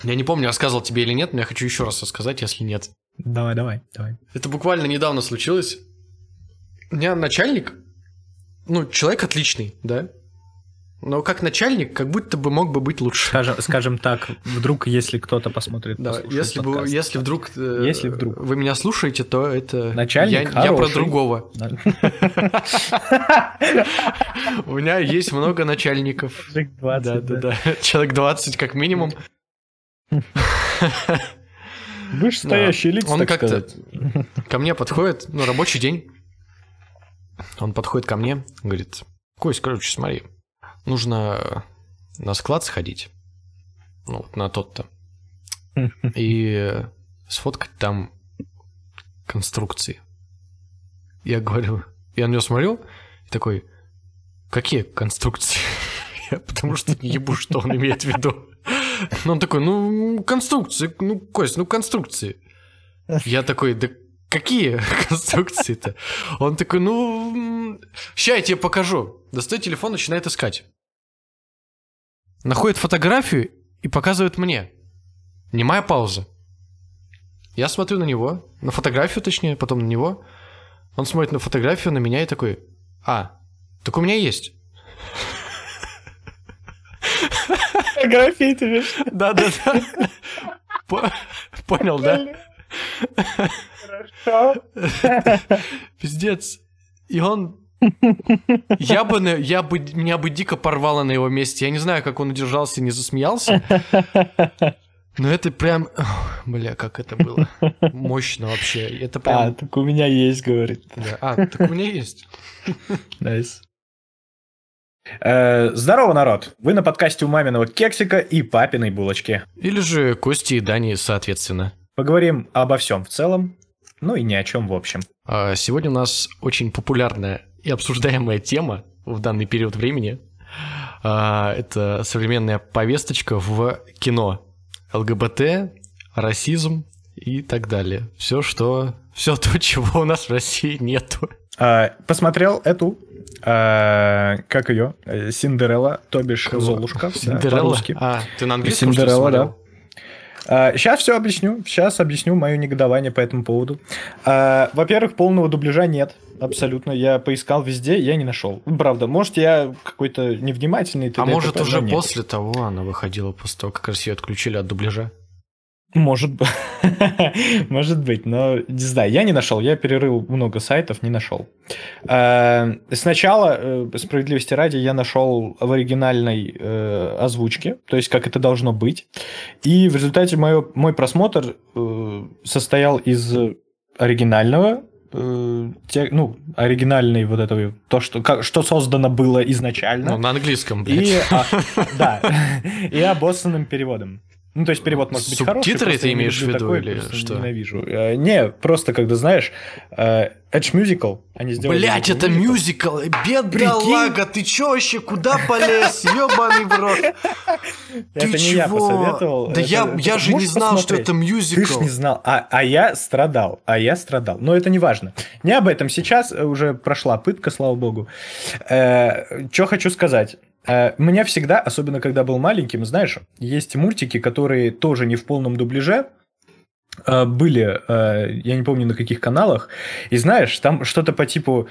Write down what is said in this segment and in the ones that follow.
Я не помню, рассказывал тебе или нет, но я хочу еще раз рассказать, если нет. Давай. Это буквально недавно случилось. У меня начальник, человек отличный, да? Но как начальник, как будто бы мог бы быть лучше. Скажем так, вдруг, если кто-то посмотрит, да, если вдруг вы меня слушаете, то это начальник я про другого. У меня есть много начальников. Человек 20. Да. Человек 20 как минимум. Вышестоящие лица, он так как-то сказать. ко мне подходит, рабочий день. Он подходит ко мне, говорит: Кость, короче, смотри, нужно на склад сходить, на тот-то, и сфоткать там конструкции. Я говорю, я на него смотрю, и такой: какие конструкции? Потому что не ебу, что он имеет в виду. Он такой: конструкции, Кость, конструкции. Я такой: да какие конструкции-то? Он такой: ща я тебе покажу. Достает телефон, начинает искать. Находит фотографию и показывает мне. Немая пауза. Я смотрю на него, на фотографию точнее, потом на него. Он смотрит на фотографию, на меня и такой: так у меня есть. Фотографии тебе? Да. Понял, да? Хорошо. Пиздец. И он... Меня бы дико порвало на его месте. Я не знаю, как он удержался и не засмеялся. Но это прям... Бля, как это было. Мощно вообще. Это прям... так у меня есть, говорит. Да. Так у меня есть. Найс. Здорово, народ! Вы на подкасте у маминого кексика и папиной булочки. Или же Кости и Дани, соответственно. Поговорим обо всем в целом, и ни о чем в общем. Сегодня у нас очень популярная и обсуждаемая тема в данный период времени. Это современная повесточка в кино. ЛГБТ, расизм и так далее. Все то, чего у нас в России нету. Посмотрел эту, как ее, Синдерелла, то бишь Золушка. Синдерелла? Ты на английском Синдерелла, что ли, смотрел? Да. Сейчас все объясню. Сейчас объясню мое негодование по этому поводу. Во-первых, полного дубляжа нет. Абсолютно. Я поискал везде, я не нашел. Правда, может, я какой-то невнимательный. Может, уже после того она выходила, после того, как Россию отключили от дубляжа? Может быть. Может быть, но не знаю. Я не нашел. Я перерыл много сайтов, не нашел. Сначала, справедливости ради, я нашел в оригинальной озвучке, то есть как это должно быть. И в результате мой просмотр состоял из оригинального, оригинальной вот этого, что создано было изначально. На английском, блядь. Да, и обоссанным переводом. То есть перевод может быть хороший. Субтитры ты имеешь в виду или что? Ненавижу. Не, просто когда, знаешь, Edge Musical, они сделали... Блять, это мюзикл! Бедолага, ты чё вообще, куда полез? Ёбаный в рот! Это не я посоветовал. Да я же не знал, что это мюзикл. Ты ж не знал. А я страдал. Но это не важно. Не об этом сейчас. Уже прошла пытка, слава богу. Что хочу сказать. Меня всегда, особенно когда был маленьким, знаешь, есть мультики, которые тоже не в полном дубляже были, я не помню на каких каналах, и знаешь, там что-то по типу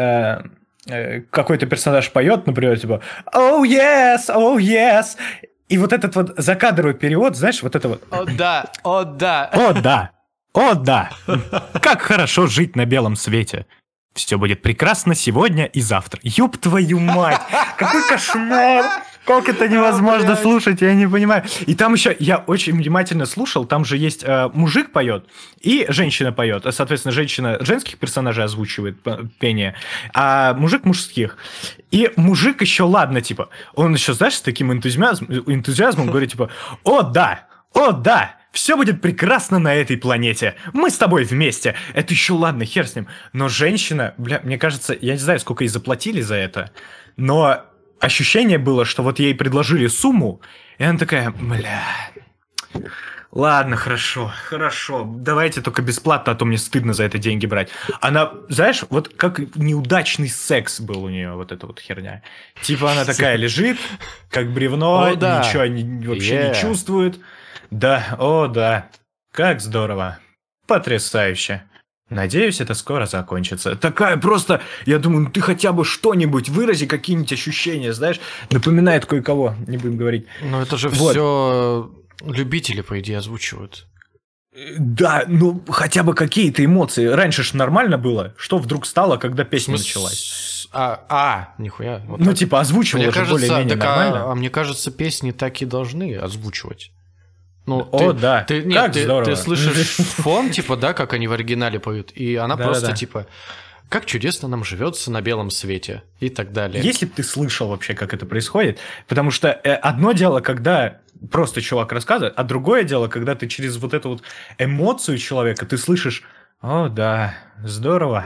какой-то персонаж поет, например, типа «Oh yes, oh yes», и вот этот вот закадровый перевод, знаешь, вот это вот «О да, о да». «О да, о да, как хорошо жить на белом свете». Все будет прекрасно сегодня и завтра. Ёб твою мать! Какой кошмар! Как это невозможно слушать, я не понимаю. И там еще, я очень внимательно слушал, там же есть мужик поет и женщина поет. Соответственно, женщина женских персонажей озвучивает пение, а мужик мужских. И мужик еще, ладно, типа, он еще, знаешь, с таким энтузиазмом говорит, типа, о да, все будет прекрасно на этой планете. Мы с тобой вместе. Это еще ладно, хер с ним. Но женщина, мне кажется, я не знаю, сколько ей заплатили за это, но ощущение было, что вот ей предложили сумму, и она такая, ладно, хорошо, давайте только бесплатно, а то мне стыдно за это деньги брать. Она, знаешь, вот как неудачный секс был у нее, вот эта вот херня. Типа она такая лежит, как бревно, ничего вообще не чувствует. Да, о да, как здорово. Потрясающе. Надеюсь, это скоро закончится. Такая просто, я думаю, ну ты хотя бы что-нибудь вырази, какие-нибудь ощущения, знаешь, напоминает кое-кого, не будем говорить. Но это же Вот. все любители, по идее, озвучивают. Да, ну хотя бы какие-то эмоции. Раньше ж нормально было. Что вдруг стало, когда песня началась? Нихуя. Вот Ну так. типа озвучивала Мне же кажется, более-менее нормально. мне кажется, песни так и должны озвучивать. Ну, О, да, как здорово. Ты слышишь фон, типа, да, как они в оригинале поют, и она просто, Да-да-да. типа, как чудесно нам живется на белом свете, и так далее. Если бы ты слышал вообще, как это происходит, потому что одно дело, когда просто чувак рассказывает, а другое дело, когда ты через вот эту вот эмоцию человека, ты слышишь, о, да, здорово.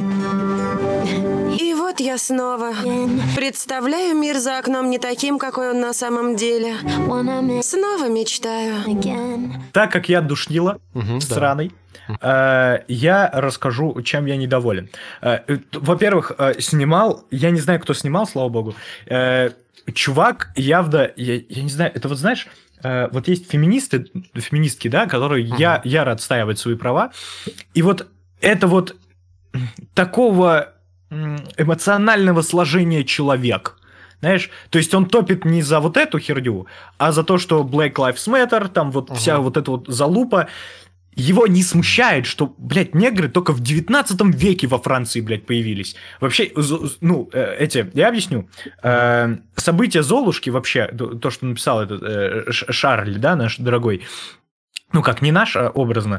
И вот я снова. Представляю мир за окном не таким, какой он на самом деле. Снова мечтаю. Так как я душнила Мгм, да. сраный, я расскажу, чем я недоволен. Во-первых, снимал, я не знаю, кто снимал, слава богу, чувак явно, я не знаю, это вот знаешь, вот есть феминистки, да, которые яро отстаивают свои права, и вот это вот такого эмоционального сложения человек. Знаешь, то есть он топит не за вот эту херню, а за то, что Black Lives Matter, там вот вся вот эта вот залупа. Его не смущает, что, блядь, негры только в 19 веке во Франции, блядь, появились. Вообще, ну, я объясню. События Золушки вообще, то, что написал этот Шарль, да, наш дорогой, ну как, не наш, а образно.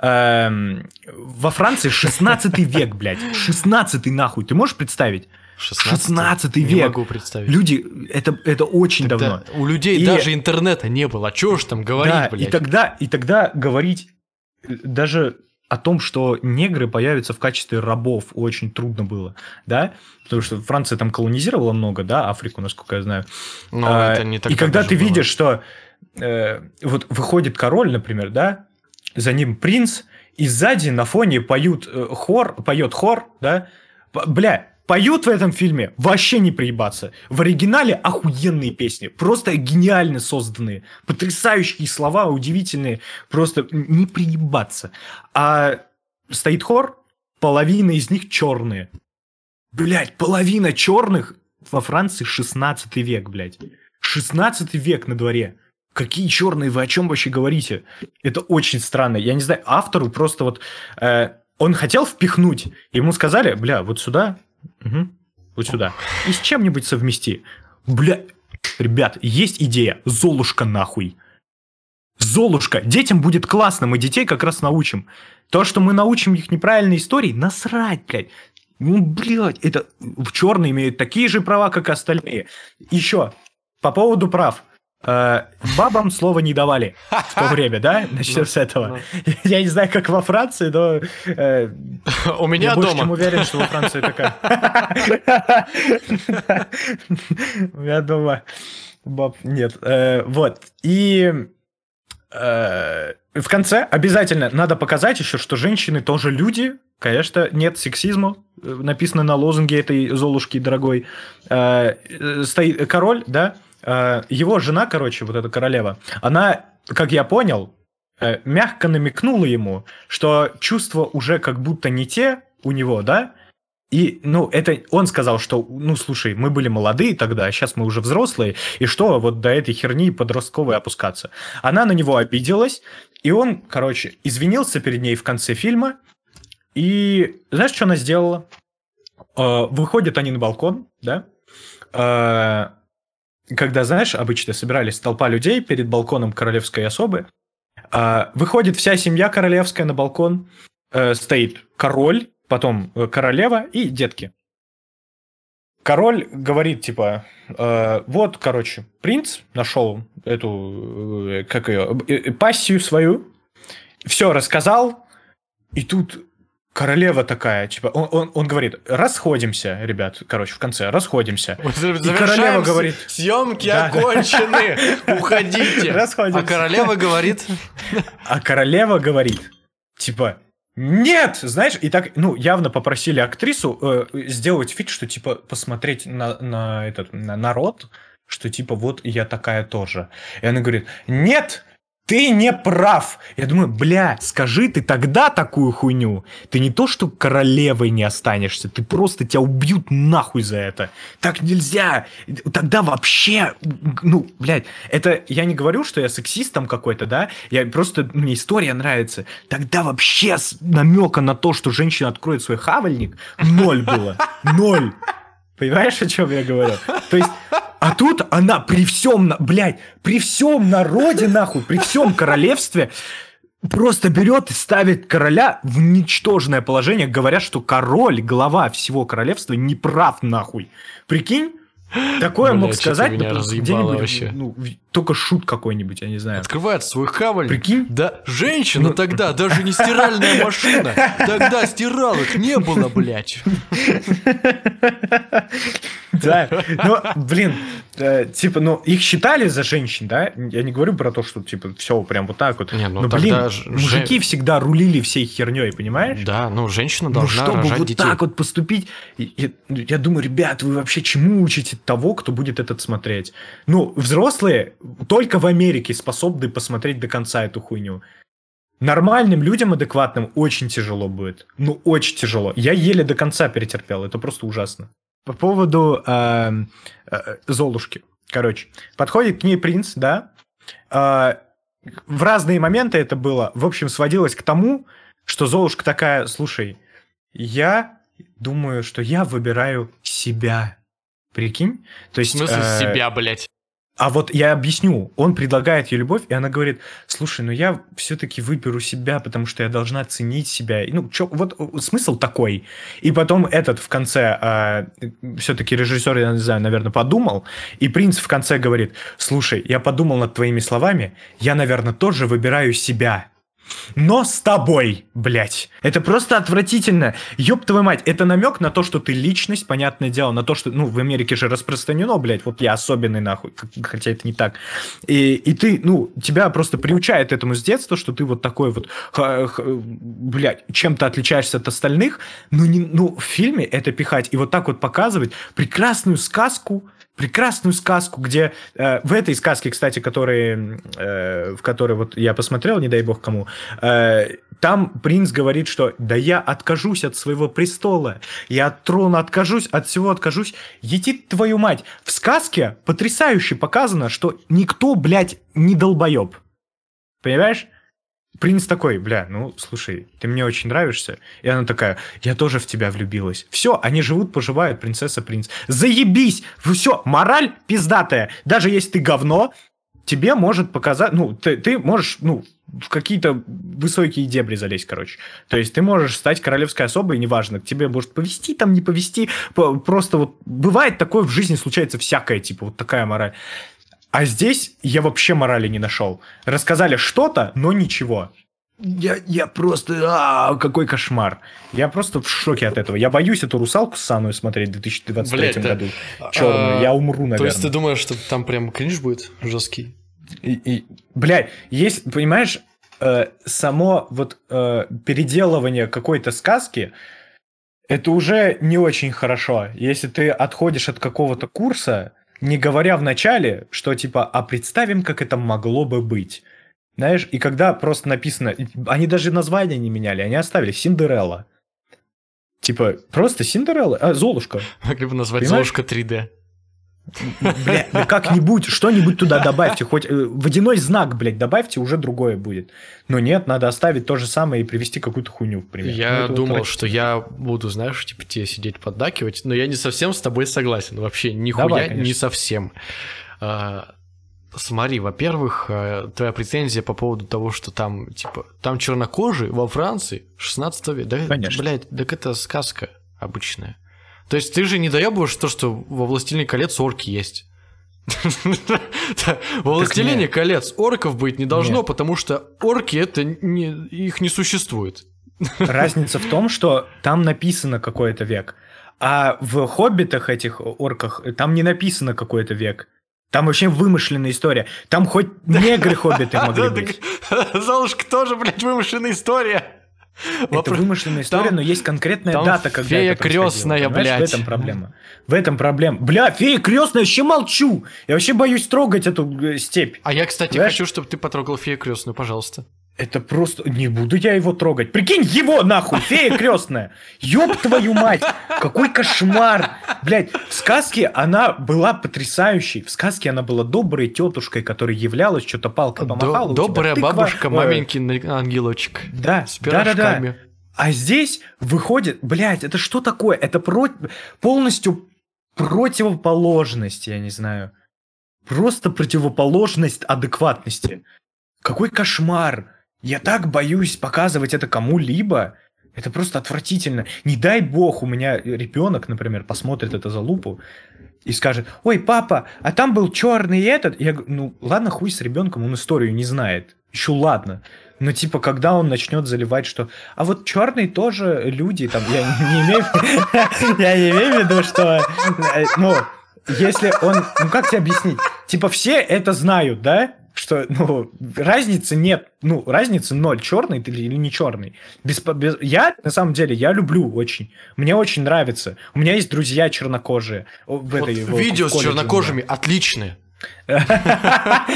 Во Франции 16 век, блядь. 16 нахуй. Ты можешь представить? 16 век. Не могу представить. Люди, это очень Тогда давно. у людей И- даже интернета не было. Чего ж там говорить, Да, блядь? и тогда говорить даже о том, что негры появятся в качестве рабов, очень трудно было, да? Потому что Франция там колонизировала много, да, Африку, насколько я знаю. Но это не И тогда когда даже ты было. видишь, что вот выходит король, например, да, за ним принц, и сзади на фоне поет хор, да, поют в этом фильме вообще не приебаться. В оригинале охуенные песни, просто гениально созданные, потрясающие слова, удивительные, просто не приебаться. А стоит хор, половина из них черные. Блять, половина черных во Франции 16 век, блядь. 16 век на дворе. Какие черные, вы о чем вообще говорите? Это очень странно. Я не знаю, автору просто вот... он хотел впихнуть, ему сказали, бля, вот сюда, вот сюда, и с чем-нибудь совмести. Бля, ребят, есть идея. Золушка нахуй. Золушка. Детям будет классно, мы детей как раз научим. То, что мы научим их неправильной истории, насрать, блядь. Ну, блядь, это черные имеют такие же права, как и остальные. Еще, по поводу прав. Бабам слова не давали в то время, да? Начнем с этого. Я не знаю, как во Франции, но... У меня я больше чем дома. уверен, что во Франции такая. У меня дома баб нет. Вот. И в конце обязательно надо показать еще, что женщины тоже люди. Конечно, нет сексизма. Написано на лозунге этой Золушки дорогой. Стоит король, да? Его жена, короче, вот эта королева, она, как я понял, мягко намекнула ему, что чувства уже как будто не те у него, да? И, ну, это он сказал, что, ну, слушай, мы были молодые тогда, а сейчас мы уже взрослые, и что вот до этой херни подростковой опускаться? Она на него обиделась, и он, короче, извинился перед ней в конце фильма, и знаешь, что она сделала? Выходят они на балкон, да? Когда, знаешь, обычно собирались толпа людей перед балконом королевской особы, выходит вся семья королевская на балкон, стоит король, потом королева и детки. Король говорит, типа, вот, короче, принц нашел эту, как ее, пассию свою, все рассказал, и тут королева такая, типа, он говорит, расходимся, ребят, короче, в конце, расходимся. И королева говорит... Съемки окончены, уходите. Расходимся. А королева говорит... А королева говорит, типа, нет, знаешь, и так, ну, явно попросили актрису сделать вид, что, типа, посмотреть на народ, что, типа, вот я такая тоже. И она говорит, нет, ты не прав. Я думаю, бля, скажи ты тогда такую хуйню. Ты не то, что королевой не останешься, ты просто тебя убьют нахуй за это. Так нельзя. Тогда вообще, ну, блядь, это я не говорю, что я сексист там какой-то, да? Я просто, мне история нравится. Тогда вообще намека на то, что женщина откроет свой хавальник, 0 было. 0. Понимаешь, о чем я говорю? То есть, а тут она при всем, блядь, при всем народе, нахуй, при всем королевстве просто берет и ставит короля в ничтожное положение, говоря, что король, глава всего королевства, не прав, нахуй. Прикинь? Такое мог сказать где-нибудь, вообще. Ну, только шут какой-нибудь, я не знаю. Открывает свой хавальник. Прикинь? Да, женщина тогда, даже не стиральная машина. Тогда стиралок не было, блядь. Да, ну, блин, типа, ну, их считали за женщин, да? Я не говорю про то, что, типа, все прям вот так вот. Не, ну, но, блин, мужики всегда рулили всей херней, понимаешь? Да, ну, женщина должна чтобы рожать вот детей. так вот поступить, я думаю, ребят, вы вообще чему учите того, кто будет этот смотреть? Ну, взрослые только в Америке способны посмотреть до конца эту хуйню. Нормальным людям, адекватным, очень тяжело будет. Ну, очень тяжело. Я еле до конца перетерпел, это просто ужасно. По поводу Золушки. Короче, подходит к ней принц, да? В разные моменты это было. В общем, сводилось к тому, что Золушка такая, слушай, я думаю, что я выбираю себя. Прикинь? То есть, в смысле себя, блядь? А вот я объясню. Он предлагает ей любовь, и она говорит, слушай, ну я все-таки выберу себя, потому что я должна ценить себя. Ну, вот смысл такой. И потом этот в конце, все-таки режиссер, я не знаю, наверное, подумал, и принц в конце говорит, слушай, я подумал над твоими словами, я, наверное, тоже выбираю себя. Но с тобой, блядь. Это просто отвратительно. Ёб твою мать, это намек на то, что ты личность, понятное дело, на то, что, ну, в Америке же распространено, блядь, вот я особенный, нахуй, хотя это не так. И ты, ну, тебя просто приучают этому с детства, что ты вот такой вот, блядь, чем-то отличаешься от остальных, но в фильме это пихать и вот так вот показывать прекрасную сказку, где в этой сказке, кстати, в которой вот я посмотрел, не дай бог кому, там принц говорит, что да я откажусь от своего престола, я от трона откажусь, от всего откажусь. Ети твою мать. В сказке потрясающе показано, что никто, блядь, не долбоеб. Понимаешь? Принц такой, бля, ну, слушай, ты мне очень нравишься. И она такая, я тоже в тебя влюбилась. Все, они живут, поживают, принцесса-принц. Заебись! Все, мораль пиздатая. Даже если ты говно, тебе может показать, ну, ты можешь, ну, в какие-то высокие дебри залезть, короче. То есть ты можешь стать королевской особой, неважно, к тебе может повести, там не повести. Просто вот бывает такое в жизни, случается всякое, типа вот такая мораль. А здесь я вообще морали не нашел. Рассказали что-то, но ничего. Я просто... какой кошмар. Я просто в шоке от этого. Я боюсь эту русалку ссаную смотреть в 2023 году. Черную. Я умру, наверное. То есть ты думаешь, что там прям кринж будет жесткий? Блядь, есть, понимаешь, само вот переделывание какой-то сказки, это уже не очень хорошо. Если ты отходишь от какого-то курса, не говоря в начале, что типа, а представим, как это могло бы быть. Знаешь, и когда просто написано... Они даже название не меняли, они оставили Синдерелла. Типа, просто Синдерелла, Золушка. Могли бы назвать Понимаешь? Золушка 3D. Бля, как-нибудь, что-нибудь туда добавьте. Хоть водяной знак, блядь, добавьте, уже другое будет. Но нет, надо оставить то же самое и привести какую-то хуйню, в пример. Я думал, что я буду, знаешь, типа тебе сидеть поддакивать, но я не совсем с тобой согласен. Вообще, нихуя не совсем. Смотри, во-первых, твоя претензия по поводу того, что там, типа, там чернокожие во Франции 16 века. Да, конечно. Блядь, так это сказка обычная. То есть ты же не доебываешь то, что во «Властелине колец» орки есть. Во «Властелине колец» орков быть не должно, потому что орки это их не существует. Разница в том, что там написано какой-то век, а в «Хоббитах» этих орках там не написано какой-то век. Там вообще вымышленная история. Там хоть негры-хоббиты могли быть. Золушка тоже, блядь, вымышленная история. Это вымышленная история, но есть конкретная дата, когда фея это происходило. крестная, Понимаешь? блядь. В этом проблема. В этом проблема. Бля, фея крестная, вообще молчу. Я вообще боюсь трогать эту степь. А я, кстати, Понимаешь? хочу, чтобы ты потрогал фею крестную, пожалуйста. Это просто... Не буду я его трогать. Прикинь, его нахуй, фея крестная. Ёб твою мать. Какой кошмар. Блядь, в сказке она была потрясающей. В сказке она была доброй тетушкой, которая являлась, что-то палкой помахала. у тебя Добрая тыква. бабушка, маменький ангелочек. Да, С да. пирожками. А здесь выходит... Блядь, это что такое? Это полностью противоположность, я не знаю. Просто противоположность адекватности. Какой кошмар. Я так боюсь показывать это кому-либо. Это просто отвратительно. Не дай бог, у меня ребенок, например, посмотрит это за лупу и скажет: ой, папа, а там был черный этот. Я говорю: ну ладно, хуй с ребенком, он историю не знает. Еще ладно. Но типа, когда он начнет заливать, что а вот черные тоже люди, там, я не имею в виду, что, ну, если он, ну как тебе объяснить? Типа все это знают, да? Что, ну, разницы нет, ну, разницы ноль, черный ты или не черный. Я, на самом деле, я люблю очень, мне очень нравится. У меня есть друзья чернокожие. Видео с чернокожими отличные. Да.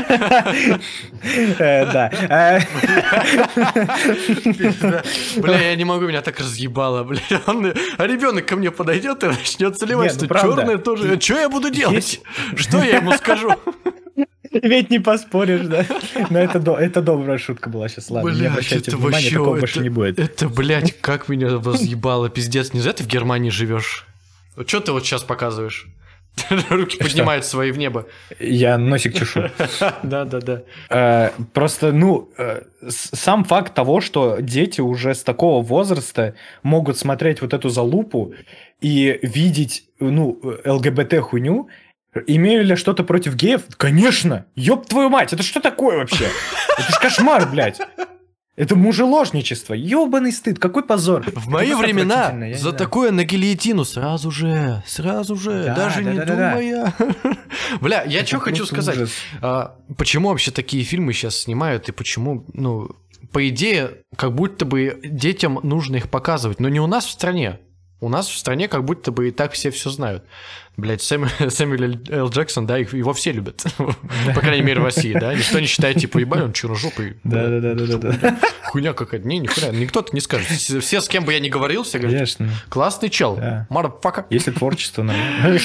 Бля, я не могу, меня так разъебало, бля. А ребенок ко мне подойдет и начнет заливать, что черное тоже. Что я буду делать? Что я ему скажу? Ведь не поспоришь, да? Но это добрая шутка была сейчас, ладно. Не Блядь, обращайте это внимания, вообще... такого больше не будет. Это, блядь, как меня разъебало, пиздец. Не за ты в Германии живешь? Что ты вот сейчас показываешь? Руки поднимают свои в небо. Я носик чешу. Да. Просто, ну, сам факт того, что дети уже с такого возраста могут смотреть вот эту залупу и видеть, ну, ЛГБТ-хуйню. Имею ли я что-то против геев? Конечно! Ёб твою мать, это что такое вообще? Это ж кошмар, блядь. Это мужеложничество. Ёбаный стыд, какой позор. В мои времена за такое на гильотину сразу же, Да, даже не думая. Бля, я что хочу сказать. Почему вообще такие фильмы сейчас снимают и почему, ну, по идее, как будто бы детям нужно их показывать, но не у нас в стране. У нас в стране как будто бы и так все знают. Блядь, Сэмюэл Л. Джексон, да, его все любят. По крайней мере, в России, да. Никто не считает, типа, ебать, он черножопый. Да. Хуйня какая-то. Не, нихуя. Никто-то не скажет. Все, с кем бы я ни говорил, все говорят: Конечно. классный чел. Motherfucker. Если творчество нормально.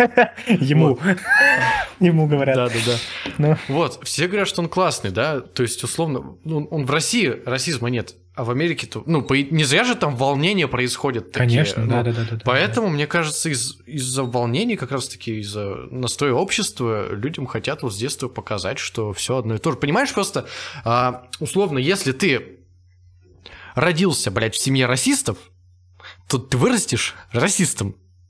Ему говорят. Да. Вот, все говорят, что он классный, да. То есть, условно, он в России расизма нет. А в Америке-то... Ну, не зря же там волнения происходят такие. Конечно, да. Поэтому, мне кажется, из-за волнений, как раз-таки из-за настроя общества, людям хотят вот с детства показать, что все одно и то же. Понимаешь, просто, условно, если ты родился, блядь, в семье расистов, то ты вырастешь расистом.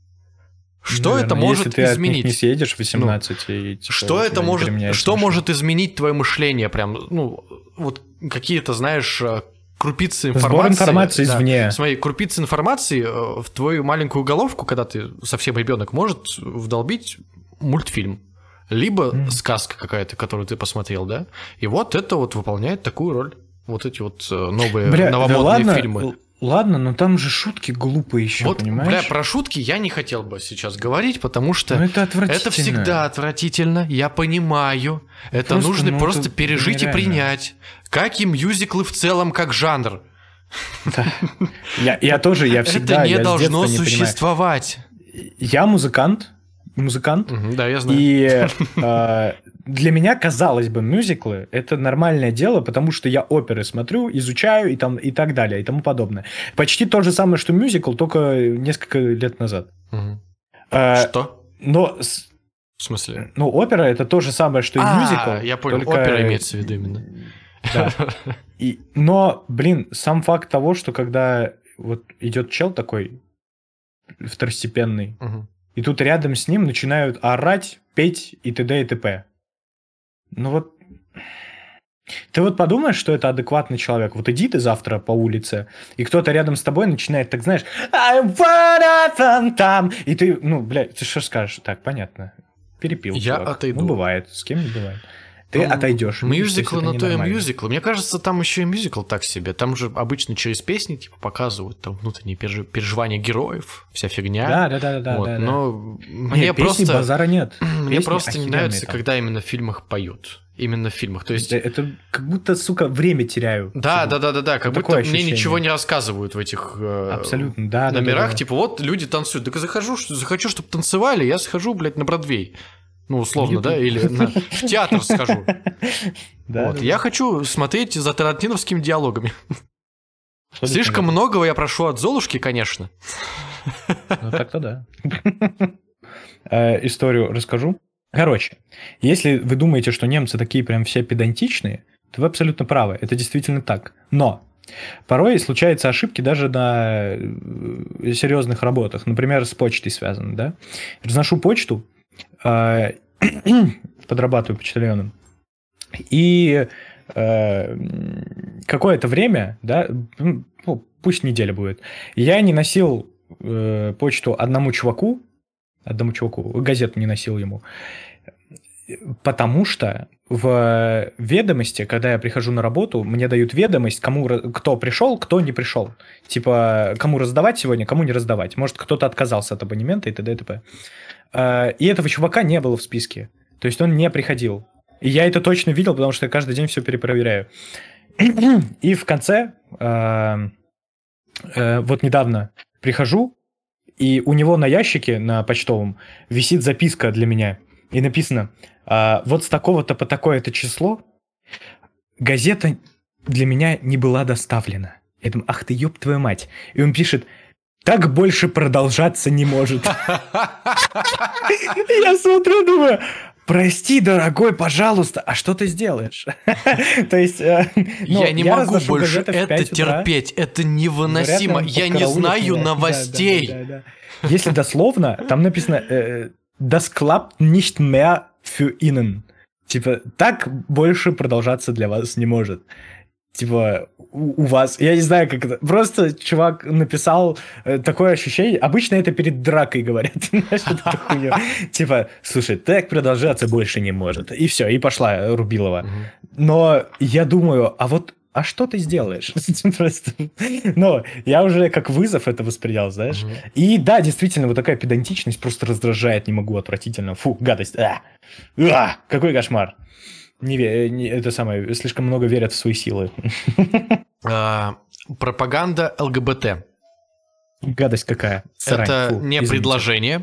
Что это может если ты изменить? От них не съедешь в 18 и... Типа, что это может... Что может изменить твое мышление? Прям, ну, вот какие-то, знаешь... крупицы информации. Сбор информации извне. Смотри, крупицы информации в твою маленькую головку, когда ты совсем ребенок, может вдолбить мультфильм. Либо сказка какая-то, которую ты посмотрел, да? И вот это вот выполняет такую роль. Вот эти вот новые новомодные фильмы. Ладно, но там же шутки глупые еще, вот, понимаешь? Бля, про шутки я не хотел бы сейчас говорить, потому что это всегда отвратительно, я понимаю. Это нужно просто пережить и принять. Как и мюзиклы в целом, как жанр. Да. Я тоже, я всегда... Это не должно существовать. Я музыкант. Да, я знаю. И для меня, казалось бы, мюзиклы — это нормальное дело, потому что я оперы смотрю, изучаю и так далее, и тому подобное. Почти то же самое, что мюзикл, только несколько лет назад. Что? Но... В смысле? Ну, опера — это то же самое, что и мюзикл. Я понял, только... опера имеется в виду именно. Да. Но, блин, сам факт того, что когда вот идет чел такой второстепенный, и тут рядом с ним начинают орать, петь и т.д. и т.п. Ну вот... Ты вот подумаешь, что это адекватный человек. Вот иди ты завтра по улице, и кто-то рядом с тобой начинает, так знаешь, I wanna там, и ты, ну, блядь, ты что скажешь? Так, понятно. Перепил. Я чувак. отойду. Ну, бывает, с кем не бывает. ты отойдешь. Мюзиклы на то и мюзиклы. Мне кажется, там еще и мюзикл так себе. Там же обычно через песни типа показывают там внутренние переживания героев, вся фигня. Да. Вот. Но мне просто... базара нет. Мне просто не нравится, когда именно в фильмах поют. Именно в фильмах. То есть... Это как будто, сука, время теряю. Да. Как будто мне ничего не рассказывают в этих абсолютно, номерах. Типа, вот люди танцуют. Так захочу, чтобы танцевали, я схожу, блядь, на Бродвей. Ну, условно, да? Или в театр схожу. Я хочу смотреть за тарантиновскими диалогами. Слишком многого я прошу от Золушки, конечно. Ну, так-то да. Историю расскажу. Короче, если вы думаете, что немцы такие прям все педантичные, то вы абсолютно правы, это действительно так. Но порой случаются ошибки даже на серьезных работах, например, с почтой связаны, да? Разношу почту, подрабатываю почтальоном, и какое-то время, да, пусть неделя будет, я не носил почту одному чуваку, газету не носил ему, потому что в ведомости, когда я прихожу на работу, мне дают ведомость, кто пришел, кто не пришел. Типа, кому раздавать сегодня, кому не раздавать. Может, кто-то отказался от абонемента и т.д. и т.п. И этого чувака не было в списке. То есть он не приходил. И я это точно видел, потому что я каждый день все перепроверяю. И в конце, вот недавно прихожу, и у него на ящике, на почтовом, висит записка для меня. И написано, вот с такого-то по такое-то число газета для меня не была доставлена. Я думаю, ах ты, ёб твою мать. И он пишет, так больше продолжаться не может. Я смотрю, думаю, прости, дорогой, пожалуйста, а что ты сделаешь? То есть... Я не могу больше это терпеть, это невыносимо. Я не знаю новостей. Если дословно, там написано «Das klappt nicht mehr für Ihnen». Типа, так больше продолжаться для вас не может. Типа, у вас... Я не знаю, как это... Просто чувак написал такое ощущение... Обычно это перед дракой говорят. Типа, слушай, так продолжаться больше не может. И все, и пошла Рубилова. Но я думаю, а что ты сделаешь? Но я уже как вызов это воспринял, знаешь. И да, действительно, вот такая педантичность просто раздражает, не могу, отвратительно. Фу, гадость. Какой кошмар. Это самое, слишком много верят в свои силы. Пропаганда ЛГБТ. Гадость какая. Это не предложение.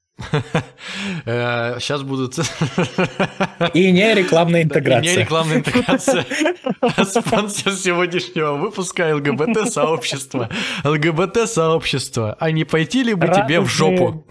Сейчас будут... И не рекламная интеграция. Не рекламная интеграция. Спонсор сегодняшнего выпуска ЛГБТ-сообщество. ЛГБТ-сообщество. А не пойти ли бы тебе в жопу?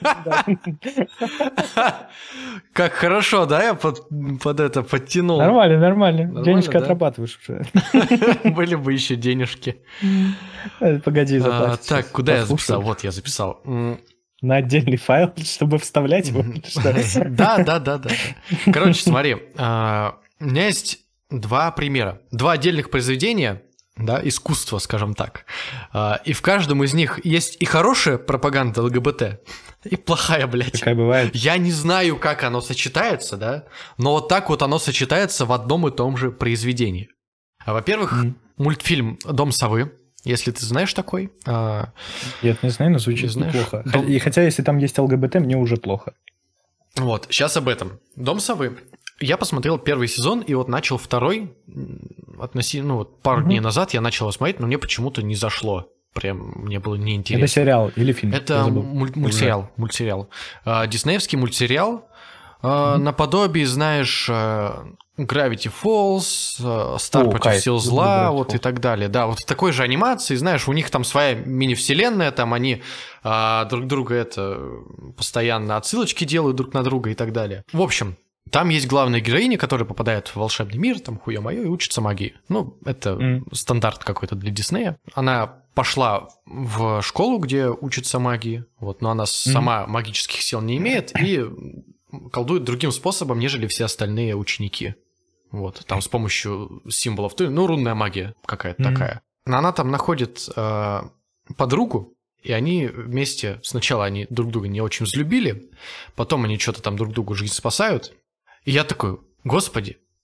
Как хорошо, да? Я под это подтянул. Нормально. Денежки отрабатываешь уже. Были бы еще денежки. Погоди, заплатить. Так, куда я записал? Вот я записал. На отдельный файл, чтобы вставлять его? Да. Короче, смотри, у меня есть два примера. Два отдельных произведения, да, искусства, скажем так. И в каждом из них есть и хорошая пропаганда ЛГБТ, и плохая, блядь. Такая бывает. Я не знаю, как оно сочетается, да, но вот так вот оно сочетается в одном и том же произведении. Во-первых, мультфильм «Дом совы». Если ты знаешь такой. Нет, не знаю, но звучит неплохо. И хотя, если там есть ЛГБТ, мне уже плохо. Вот, сейчас об этом. «Дом совы». Я посмотрел первый сезон, и вот начал второй. Пару дней назад я начал его смотреть, но мне почему-то не зашло. Прям мне было неинтересно. Это сериал или фильм? Это мультсериал. Диснеевский мультсериал. Наподобие, знаешь... Gravity Falls, Стар против сил зла, вот и так далее. Да, вот в такой же анимации, знаешь, у них там своя мини-вселенная, там они друг друга постоянно отсылочки делают друг на друга и так далее. В общем, там есть главная героиня, которая попадает в волшебный мир, там хуё-моё, и учится магии. Ну, это стандарт какой-то для Диснея. Она пошла в школу, где учится магии, вот, но она сама магических сил не имеет и колдует другим способом, нежели все остальные ученики. Вот, там с помощью символов, рунная магия какая-то такая. Но она там находит подругу, и они вместе, сначала они друг друга не очень взлюбили, потом они что-то там друг другу жизнь спасают. И я такой, господи,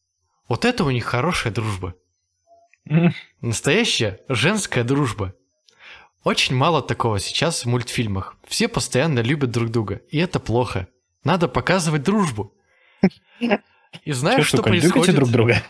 Вот это у них хорошая дружба. Настоящая женская дружба. Очень мало такого сейчас в мультфильмах. Все постоянно любят друг друга. И это плохо. Надо показывать дружбу. И знаешь, что происходит? Любите друг друга?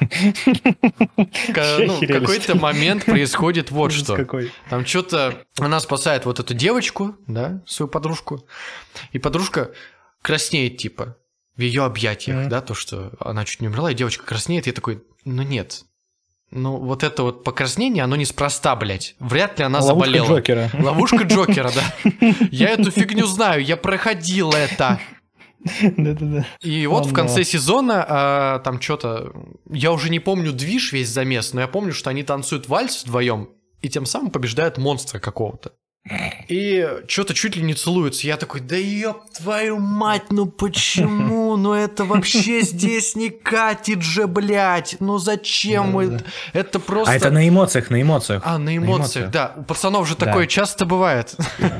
В какой-то момент происходит вот что. Какой? Там что-то... Она спасает вот эту девочку, да, свою подружку. И подружка краснеет, типа, в ее объятиях, да, то, что она чуть не умерла, и девочка краснеет. И я такой, ну нет. Ну, вот это вот покраснение, оно неспроста, блядь. Вряд ли она заболела. Ловушка Джокера. Ловушка Джокера, да. Я эту фигню знаю, я проходил это. Да-да-да. И вот в конце сезона там что-то... Я уже не помню движ весь замес, но я помню, что они танцуют вальс вдвоем и тем самым побеждают монстра какого-то. И что-то чуть ли не целуются. Я такой, да ёб твою мать, ну почему? Ну это вообще здесь не катит же, блядь. Ну зачем это просто... А это на эмоциях, на эмоциях. На эмоциях, да. У пацанов же такое часто бывает.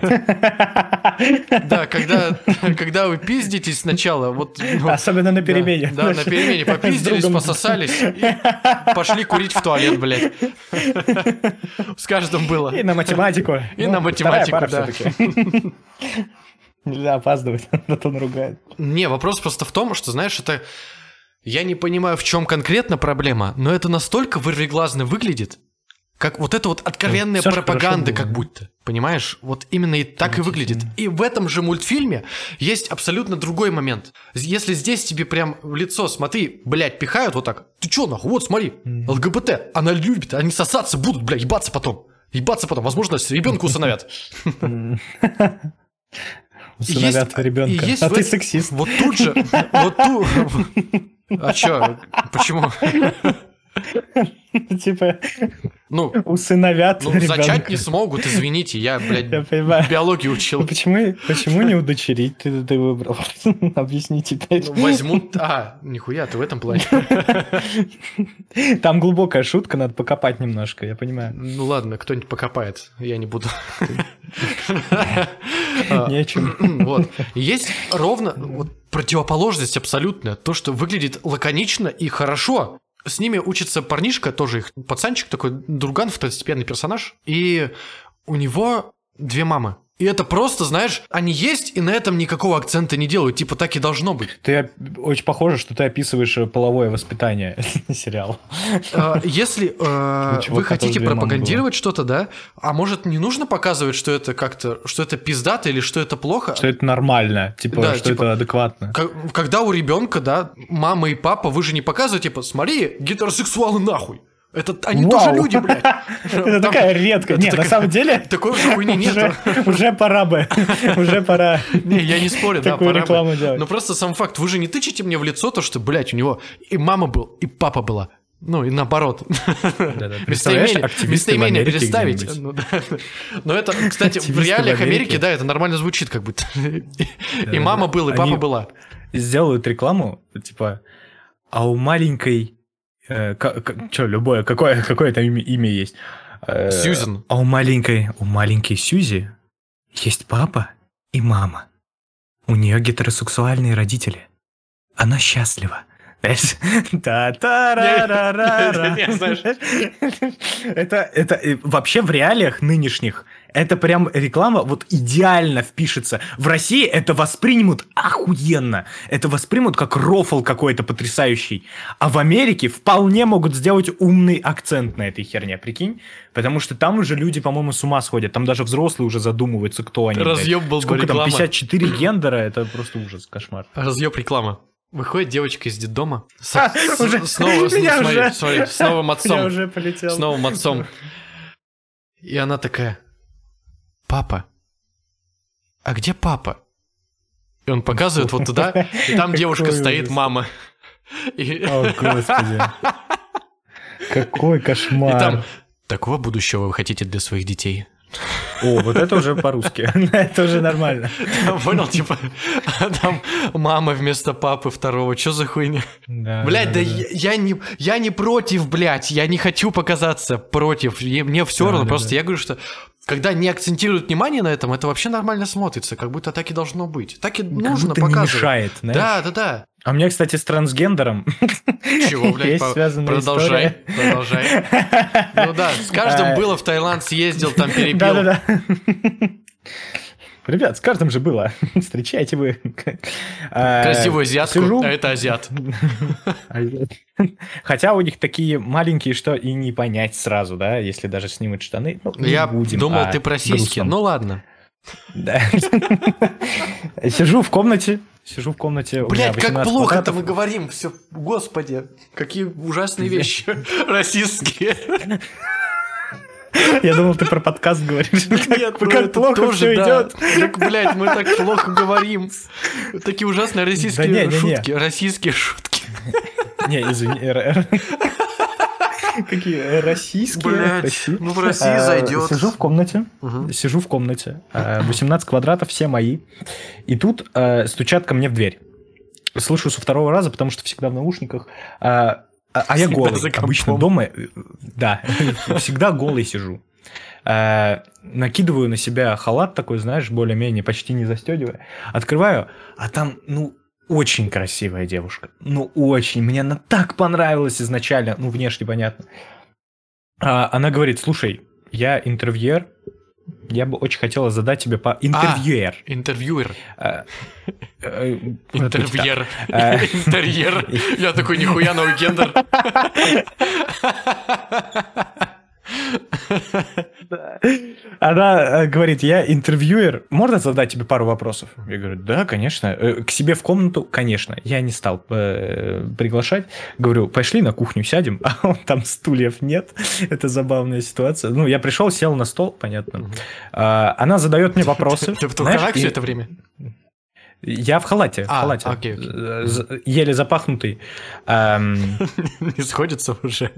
Да, когда вы пиздитесь сначала, вот... Особенно на перемене. Да, на перемене попиздились, пососались и пошли курить в туалет, блядь. С каждым было. И на математику. И на математику, да. Нельзя опаздывать, а то он ругает. Не, вопрос просто в том, что, знаешь, это... Я не понимаю, в чем конкретно проблема, но это настолько вырвиглазно выглядит, как вот это вот откровенная пропаганда, как будто. Понимаешь? Вот именно и так и выглядит. И в этом же мультфильме есть абсолютно другой момент. Если здесь тебе прям в лицо, смотри, блядь, пихают вот так. Ты чё, нахуй? Вот, смотри, ЛГБТ, она любит, они сосаться будут, блядь, ебаться потом. Возможно, ребенка усыновят. Усыновят ребенка. А ты сексист. Вот тут же, А чё, почему? Типа, усыновят ребенка. Зачать не смогут, извините, я, блядь, биологию учил. Почему не удочерить ты выбрал? Объясни теперь. Возьмут... нихуя, ты в этом плане. Там глубокая шутка, надо покопать немножко, я понимаю. Ну ладно, кто-нибудь покопает, я не буду. Нечем. Вот. Есть ровно противоположность абсолютная. То, что выглядит лаконично и хорошо. С ними учится парнишка, тоже их пацанчик, такой друган, второстепенный персонаж. И у него 2 мамы. И это просто, знаешь, они есть, и на этом никакого акцента не делают. Типа, так и должно быть. Ты очень похоже, что ты описываешь половое воспитание сериала. Если вы хотите пропагандировать что-то, да, а может не нужно показывать, что это как-то, что это пиздато или что это плохо? Что это нормально, типа, что это адекватно. Когда у ребенка, да, мама и папа, вы же не показываете, типа, смотри, гетеросексуалы нахуй. Это они тоже люди, блядь. Это такая редкая. Нет, на самом деле... Такой уже хуйни нет. Уже пора бы. Уже пора. Не, я не спорю, да, такую рекламу делать. Но просто сам факт, вы же не тычете мне в лицо то, что, блядь, у него и мама был, и папа была. Ну, и наоборот. Местоимение переставить. Но это, кстати, в реалиях Америки, да, это нормально звучит как будто. И мама был, и папа была. Сделают рекламу, типа, а у маленькой... любое, какое там имя есть? Сьюзен. А у маленькой Сьюзи есть папа и мама. У нее гетеросексуальные родители. Она счастлива. Это вообще в реалиях нынешних это прям реклама вот идеально впишется. В России это воспримут охуенно. Это воспримут как рофл какой-то потрясающий. А в Америке вполне могут сделать умный акцент на этой херне, прикинь? Потому что там уже люди, по-моему, с ума сходят. Там даже взрослые уже задумываются, кто они. Разъеб был бы сколько реклама. Там 54 гендера, это просто ужас, кошмар. Разъеб реклама. Выходит девочка из детдома с новым отцом. С новым отцом. И она такая: папа, а где папа? И он показывает вот туда, и там девушка стоит, мама. О, Господи. Какой кошмар. И там: такого будущего вы хотите для своих детей? О, вот это уже по-русски. Это уже нормально. Понял, типа, там мама вместо папы второго. Что за хуйня? Блядь, да я не против, блядь. Я не хочу показаться против. Мне все равно. Просто я говорю, что когда не акцентируют внимание на этом, это вообще нормально смотрится. Как будто так и должно быть. Так и нужно показывать. Не мешает, да. А у меня, кстати, с трансгендером Чего, блядь, есть связанная история. Продолжай. Ну да, с каждым было в Таиланд съездил, там перебил. Да-да-да. Ребят, с каждым же было. Встречайте вы. Красивую азиатку, Сижу. а это азиат. Хотя у них такие маленькие, что и не понять сразу, да, если даже снимут штаны. Ну, не Я будем думал, о ты про сиськи. грустном. Ну ладно. Да. Сижу в комнате. У меня Блядь, как 18 плохо-то квадратов. мы говорим. Все, господи, какие ужасные вещи расистские. Я думал, ты про подкаст говоришь. Нет, ну как это плохо тоже, все да. идет. Так, блядь, мы так плохо говорим. Такие ужасные российские Да не. шутки. Российские шутки. Не, извини. Какие российские. Блядь, прости. ну в России зайдет. Сижу в комнате. 18 квадратов, все мои. И тут стучат ко мне в дверь. Слышу со второго раза, потому что всегда в наушниках. А я голый. за компом. Обычно дома, да, всегда голый сижу. Накидываю на себя халат такой, знаешь, более-менее, почти не застегивая. Открываю, а там, очень красивая девушка. Очень. Мне она так понравилась изначально. Внешне понятно. Она говорит, слушай, я интервьюер. Я бы очень хотела задать тебе интервьюер. Интервьюер. Интервьюер. Интерьер. Я такой, нихуя, новый гендер. Она говорит, я интервьюер, можно задать тебе пару вопросов? Я говорю, да, конечно. К себе в комнату, конечно. Я не стал приглашать. Говорю, пошли на кухню сядем, а там стульев нет. Это забавная ситуация. Я пришел, сел на стол, понятно. Она задает мне вопросы. Ты в трусах все это время? Я в халате. Окей. Еле запахнутый. Не сходится уже.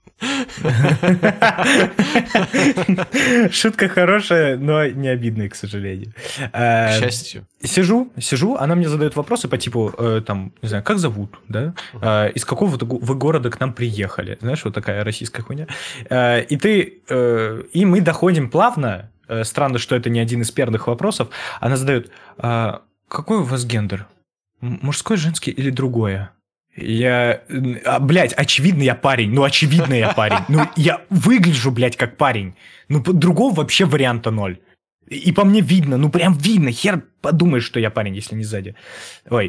Шутка хорошая, но не обидная, к сожалению. К счастью. Сижу, она мне задает вопросы по типу, не знаю, как зовут, да? Из какого вы города к нам приехали? Знаешь, вот такая российская хуйня. И мы доходим плавно, странно, что это не один из первых вопросов, она задает, какой у вас гендер? Мужской, женский или другое? Блядь, очевидно, я парень. Очевидно, я парень. Я выгляжу, блядь, как парень. Другого вообще варианта ноль. И по мне видно, прям видно. Хер подумаешь, что я парень, если не сзади. Ой.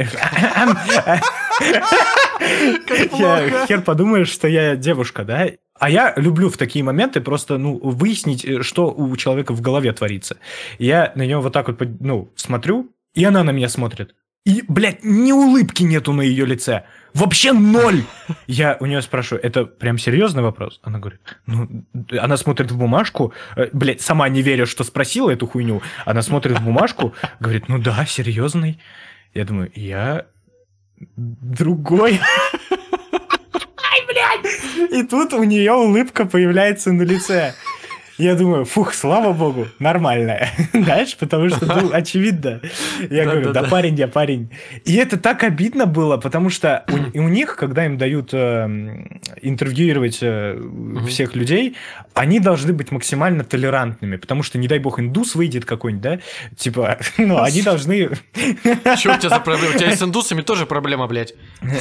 Хер подумаешь, что я девушка, да? А я люблю в такие моменты просто, выяснить, что у человека в голове творится. Я на нее вот так вот, смотрю, и она на меня смотрит. И, блядь, ни улыбки нету на ее лице. Вообще ноль. Я у нее спрашиваю, это прям серьезный вопрос? Она говорит, она смотрит в бумажку, блядь, сама не веря, что спросила эту хуйню. Она смотрит в бумажку, говорит, да, серьезный. Я думаю, я другой. Ай, блядь. И тут у нее улыбка появляется на лице. Я думаю, слава богу, нормальная. Знаешь, потому что, очевидно. Я говорю, да парень, я парень. И это так обидно было, потому что у них, когда им дают интервьюировать всех людей, они должны быть максимально толерантными, потому что, не дай бог, индус выйдет какой-нибудь, да? Типа, они должны... Что у тебя за проблема? У тебя с индусами тоже проблема, блядь.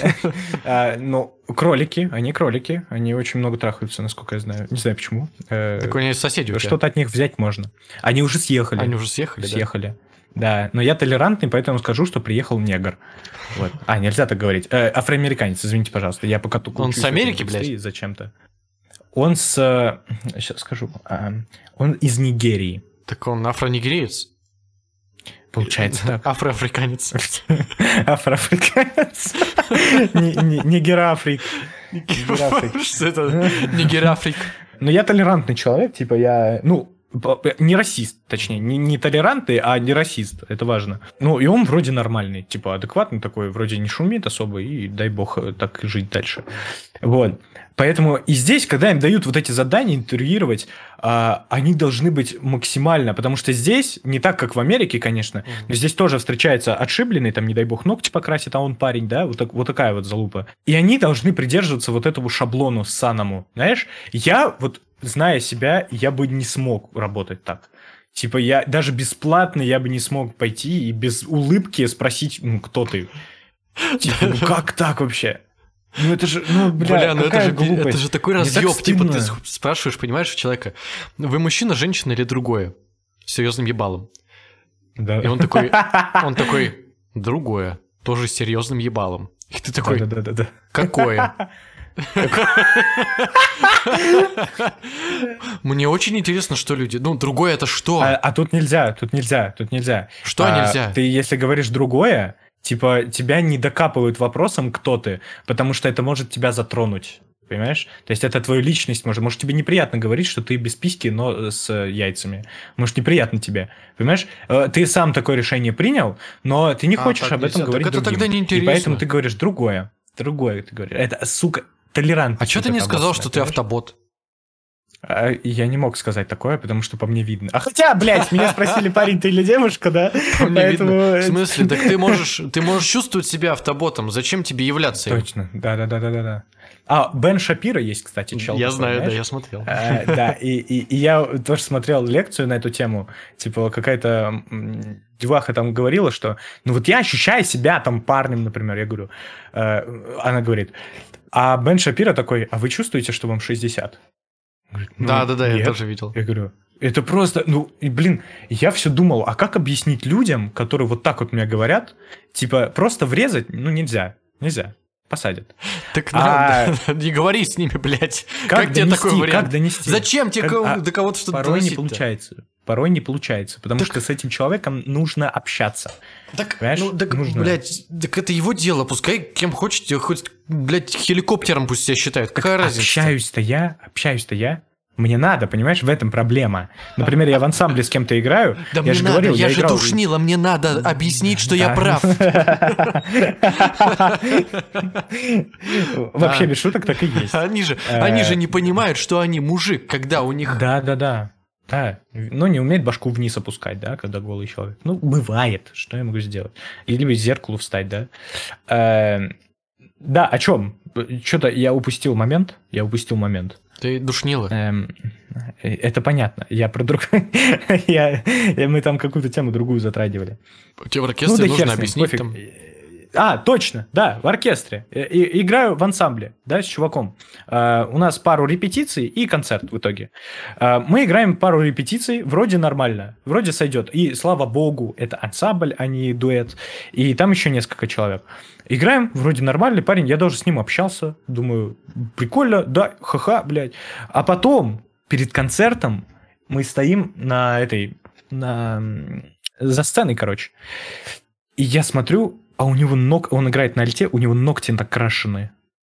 Кролики, они очень много трахаются, насколько я знаю. Не знаю почему. Так у них соседи у тебя. Что-то от них взять можно. Они уже съехали. Съехали? Да, но я толерантный, поэтому скажу, что приехал негр. Вот. Нельзя так говорить. Афроамериканец, извините, пожалуйста. Я пока только Он с Америки, блядь? Зачем-то. Он сейчас скажу. Он из Нигерии. Так он афронигериец? Получается так. Афроафриканец. Афроафриканец. Нигерафрик. Что это? Нигерафрик. Но я толерантный человек, типа я, не расист, точнее, не толерантный, а не расист, это важно. И он вроде нормальный, типа адекватный такой, вроде не шумит особо, и дай бог так жить дальше. Вот. Поэтому и здесь, когда им дают вот эти задания интервьюировать, они должны быть максимально, потому что здесь, не так, как в Америке, конечно, но здесь тоже встречается отшибленный, там, не дай бог, ногти покрасит, а он парень, да, вот такая вот залупа. И они должны придерживаться вот этому шаблону ссаному, знаешь? Я вот, зная себя, я бы не смог работать так. Типа, я даже бесплатно я бы не смог пойти и без улыбки спросить, кто ты. Типа, ну как так вообще? Ну это же, ну бля, ну какая это глупость. же такой Мне так разъеб. Типа ты стыдно. спрашиваешь, понимаешь, у человека, вы мужчина, женщина или другое? С серьезным ебалом. Да. И он такой, другое, тоже с серьезным ебалом. И ты такой, Да. какое? Мне очень интересно, что люди... Ну, другое это что? А тут нельзя. Что нельзя? Ты, если говоришь другое, типа, тебя не докапывают вопросом, кто ты, потому что это может тебя затронуть. Понимаешь? То есть это твою личность может. Может, тебе неприятно говорить, что ты без письки, но с яйцами. Может, неприятно тебе. Понимаешь? Ты сам такое решение принял, но ты не хочешь об этом говорить так это другим. тогда неинтересно. И поэтому ты говоришь другое. Другое ты говоришь. Это, сука, толерантность. А что ты не сказал, что ты автобот? Я не мог сказать такое, потому что по мне видно. А хотя, блядь, меня спросили, парень ты или девушка, да? По мне видно. В смысле? Так ты можешь чувствовать себя автоботом. Зачем тебе являться им? Точно, да. А, Бен Шапиро есть, кстати, чел. Я такой, знаю, да, знаешь? я смотрел. Да, и я тоже смотрел лекцию на эту тему. Типа какая-то деваха там говорила, что ну вот я ощущаю себя там парнем, например. Я говорю, она говорит, а Бен Шапиро такой, а вы чувствуете, что вам 60? Говорит, ну, Да, я нет. тоже видел. Я говорю, это просто, ну, и, блин, я все думал, а как объяснить людям, которые вот так вот мне говорят, типа, просто врезать, ну, нельзя, посадят. Так не говори с ними, блядь. Как тебе такой донести, вариант? как донести? Зачем тебе до кого-то что-то Порой не доносить-то? получается. Порой не получается, потому что с этим человеком нужно общаться. Так, Понимаешь? ну, так, Нужно. блядь, так это его дело, пускай кем хочет, хоть, блядь, хеликоптером пусть себя считают. Какая разница? Общаюсь-то я. Мне надо, понимаешь, в этом проблема. Например, я в ансамбле с кем-то играю, Да я мне же надо, говорил, я же играл... душнила, мне надо объяснить, что я Да. прав. Вообще, без шуток так и есть. Они же не понимают, что они мужик, когда у них... Да. Ну, не умеет башку вниз опускать, да, когда голый человек. Ну, бывает, что я могу сделать. Или к зеркалу встать, да. Да, о чем? Что-то я упустил момент. Ты душнила. Это понятно. Я про другое. Мы там какую-то тему другую затрагивали. Тебе в оркестре да хер нужно с ним, объяснить пофиг. там... А, точно, да, в оркестре. Играю в ансамбле, да, с чуваком. У нас пару репетиций и концерт в итоге. Мы играем пару репетиций, вроде нормально, вроде сойдет. И слава богу, это ансамбль, а не дуэт. И там еще несколько человек. Играем, вроде нормальный парень, я даже с ним общался. Думаю, прикольно, да, ха-ха, блядь. А потом, перед концертом, мы стоим за сценой, короче. И я смотрю, а у него он играет на альте, у него ногти накрашены.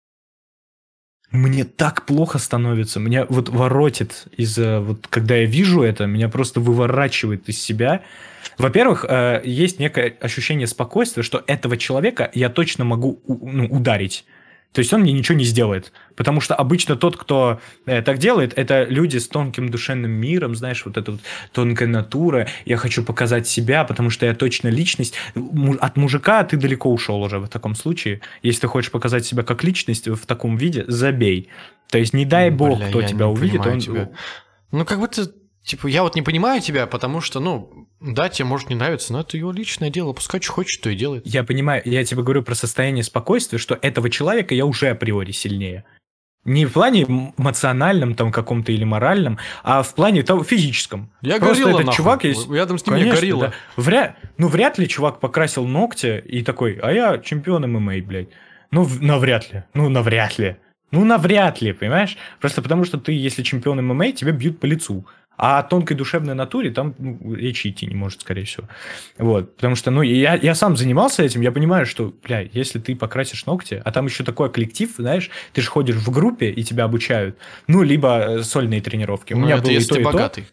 Мне так плохо становится, меня вот воротит вот когда я вижу это, меня просто выворачивает из себя. Во-первых, есть некое ощущение спокойствия, что этого человека я точно могу ударить. То есть он мне ничего не сделает. Потому что обычно тот, кто так делает, это люди с тонким душевным миром, знаешь, вот эта вот тонкая натура. Я хочу показать себя, потому что я точно личность. От мужика ты далеко ушел уже в таком случае. Если ты хочешь показать себя как личность в таком виде, забей. То есть не дай бог, кто тебя увидит. Ну, как будто... Типа, я вот не понимаю тебя, потому что, ну, да, тебе может не нравиться, но это его личное дело, пускай что хочет, то и делает. Я понимаю, я тебе говорю про состояние спокойствия, что этого человека я уже априори сильнее. Не в плане эмоциональном там каком-то или моральном, а в плане того физическом. Я просто горилла, этот нахуй. чувак есть... Рядом с ним Конечно, я горилла. Да. Вряд ли чувак покрасил ногти и такой, а я чемпион ММА, блядь. Навряд ли, понимаешь? Просто потому, что ты, если чемпион ММА, тебя бьют по лицу. А о тонкой душевной натуре там речи идти не может, скорее всего. Вот. Потому что, я сам занимался этим, я понимаю, что, бля, если ты покрасишь ногти, а там еще такой коллектив, знаешь, ты же ходишь в группе, и тебя обучают, либо сольные тренировки. У меня это было если и то, ты и богатый.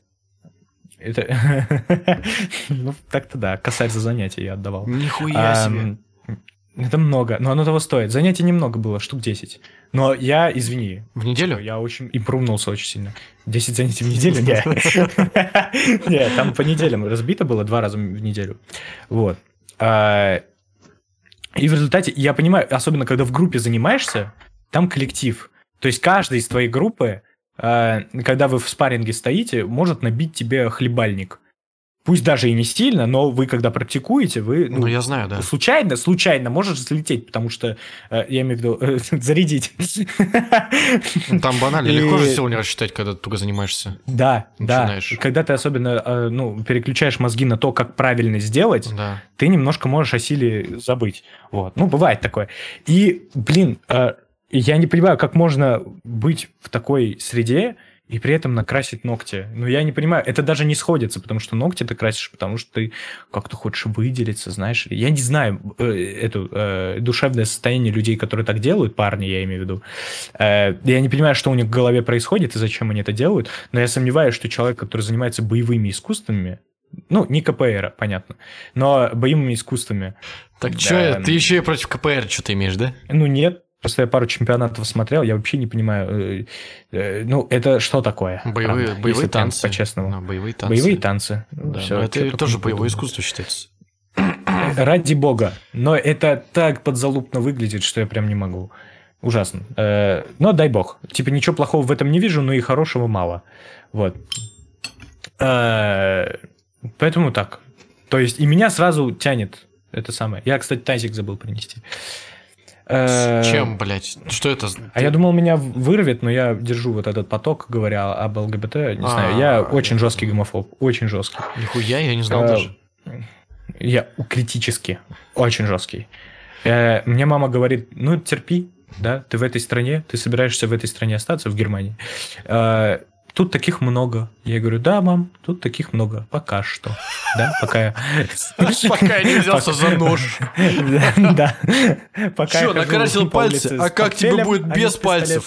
Это... так-то да, косарь за занятия я отдавал. Нихуя себе. Это много, но оно того стоит. Занятий немного было, штук 10. Но я, извини. В неделю? Я очень импрувнулся очень сильно. 10 занятий в неделю? Нет. Нет, там по неделям разбито было 2 раза в неделю. Вот. И в результате, я понимаю, особенно когда в группе занимаешься, там коллектив. То есть каждый из твоей группы, когда вы в спарринге стоите, может набить тебе хлебальник. пусть даже и не сильно, но вы, когда практикуете, вы... Ну, я знаю, да. Случайно можешь залететь, потому что, я имею в виду, зарядить. Там банально, легко же силу не рассчитать, когда ты только занимаешься. Да, Начинаешь. да. Когда ты особенно переключаешь мозги на то, как правильно сделать, Да. ты немножко можешь о силе забыть. Вот. Ну, бывает такое. И, блин, я не понимаю, как можно быть в такой среде и при этом накрасить ногти. Ну, я не понимаю, это даже не сходится, потому что ногти ты красишь, потому что ты как-то хочешь выделиться, знаешь. Я не знаю душевное состояние людей, которые так делают, парни, я имею в виду. Я не понимаю, что у них в голове происходит и зачем они это делают, но я сомневаюсь, что человек, который занимается боевыми искусствами, ну, не КПР, понятно, но боевыми искусствами. Так да, что, ты еще и против КПР что-то имеешь, да? Ну, нет. Просто я пару чемпионатов смотрел, я вообще не понимаю, ну, это что такое? Боевые если прям танцы. по-честному. Ну, боевые танцы. Боевые танцы. Ну, Да, всё, но чё это только тоже не боевое придумал. искусство считается. Ради бога. Но это так подзалупно выглядит, что я прям не могу. Ужасно. Но дай бог. Типа ничего плохого в этом не вижу, но и хорошего мало. Вот. Поэтому так. То есть и меня сразу тянет это самое. Я, кстати, тазик забыл принести. С чем, блядь? Что это? А я думал, меня вырвет, но я держу вот этот поток, говоря об ЛГБТ. Не знаю, я очень жесткий гомофоб. Очень жесткий. Нихуя, я не знал даже. Я критически. Очень жесткий. Мне мама говорит, ну, терпи, да, ты в этой стране, ты собираешься в этой стране остаться, в Германии. Тут таких много. Я говорю, да, мам, тут таких много. Пока что. Да, пока я... Пока я не взялся за нож. Да. Чё, накрасил пальцы? А как тебе будет без пальцев?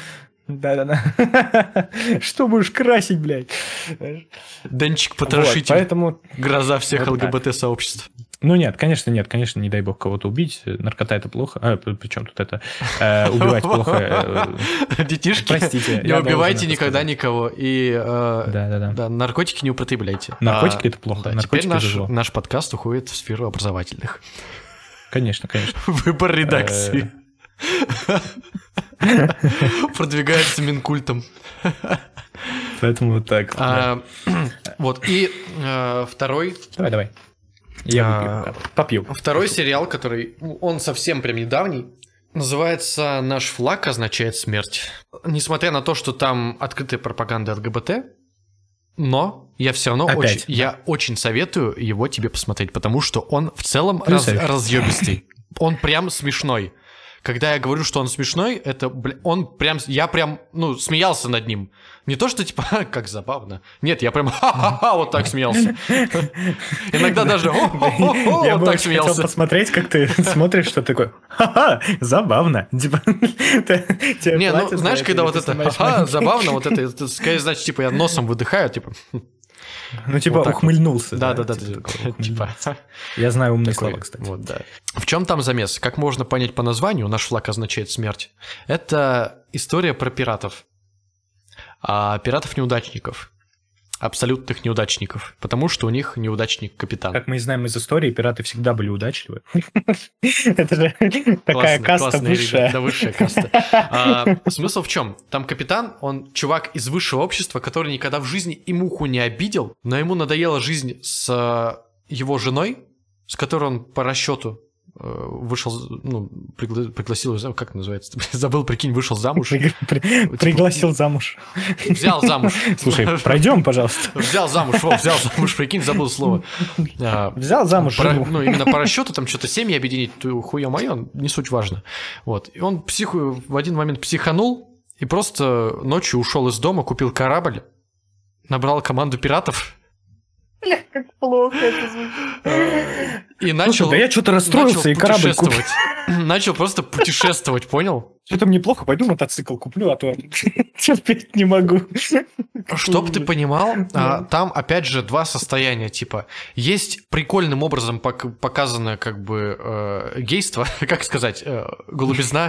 Да. Что будешь красить, блядь? Денчик потрошитель. Поэтому... Гроза всех ЛГБТ-сообществ. Ну нет, конечно, не дай бог кого-то убить. Наркота – это плохо. Причем тут это? Убивать плохо. Детишки, Простите. не убивайте никогда никого. И Да. наркотики не употребляйте. Наркотики – это плохо. Теперь Наркотики – это зло. наш подкаст уходит в сферу образовательных. Конечно. Выбор редакции. Продвигается Минкультом. Поэтому вот так. Вот, и второй... Давай. Я попью. Второй сериал, который... Он совсем прям недавний. Называется «Наш флаг означает смерть». Несмотря на то, что там открытая пропаганда ЛГБТ, но я все равно очень советую его тебе посмотреть, потому что он в целом разъебистый. Он прям смешной. Когда я говорю, что он смешной, это, он прям, я прям, смеялся над ним. Не то, что типа, как забавно. Нет, я прям ха-ха-ха вот так смеялся. Иногда даже вот так смеялся. Я бы хотел посмотреть, как ты смотришь, что такое ха-ха, забавно. Не, ну, знаешь, когда вот это ха-ха, забавно, вот это, скорее, значит, типа, я носом выдыхаю, типа... Ну, типа, вот ухмыльнулся. Да. Типа. Я знаю умные слова, кстати. Вот, да. В чем там замес? Как можно понять по названию, наш флаг означает смерть. Это история про пиратов. Пиратов-неудачников. Абсолютных неудачников. Потому что у них неудачник-капитан. Как мы знаем из истории, пираты всегда были удачливы. Это же такая каста высшая. Да, высшая каста. Смысл в чем? Там капитан, он чувак из высшего общества, который никогда в жизни и муху не обидел, но ему надоела жизнь с его женой, с которой он по расчету вышел, пригласил ее, как называется? Забыл, прикинь, вышел замуж. Пригласил замуж. Взял замуж. Слушай, пройдем, пожалуйста. Взял замуж, прикинь, забыл слово. Взял замуж. Именно по расчету, там что-то семьи объединить, хуя моё, не суть важно. Вот. И он в один момент психанул и просто ночью ушел из дома, купил корабль, набрал команду пиратов. Бля, как плохо это звучит. И начал... Да я что-то расстроился, и корабль купил. Начал просто путешествовать, понял? Что-то мне плохо, пойду мотоцикл куплю, а то терпеть не могу. Чтоб ты понимал, там, опять же, два состояния, типа, есть прикольным образом показано, как бы, гейство, как сказать, голубизна,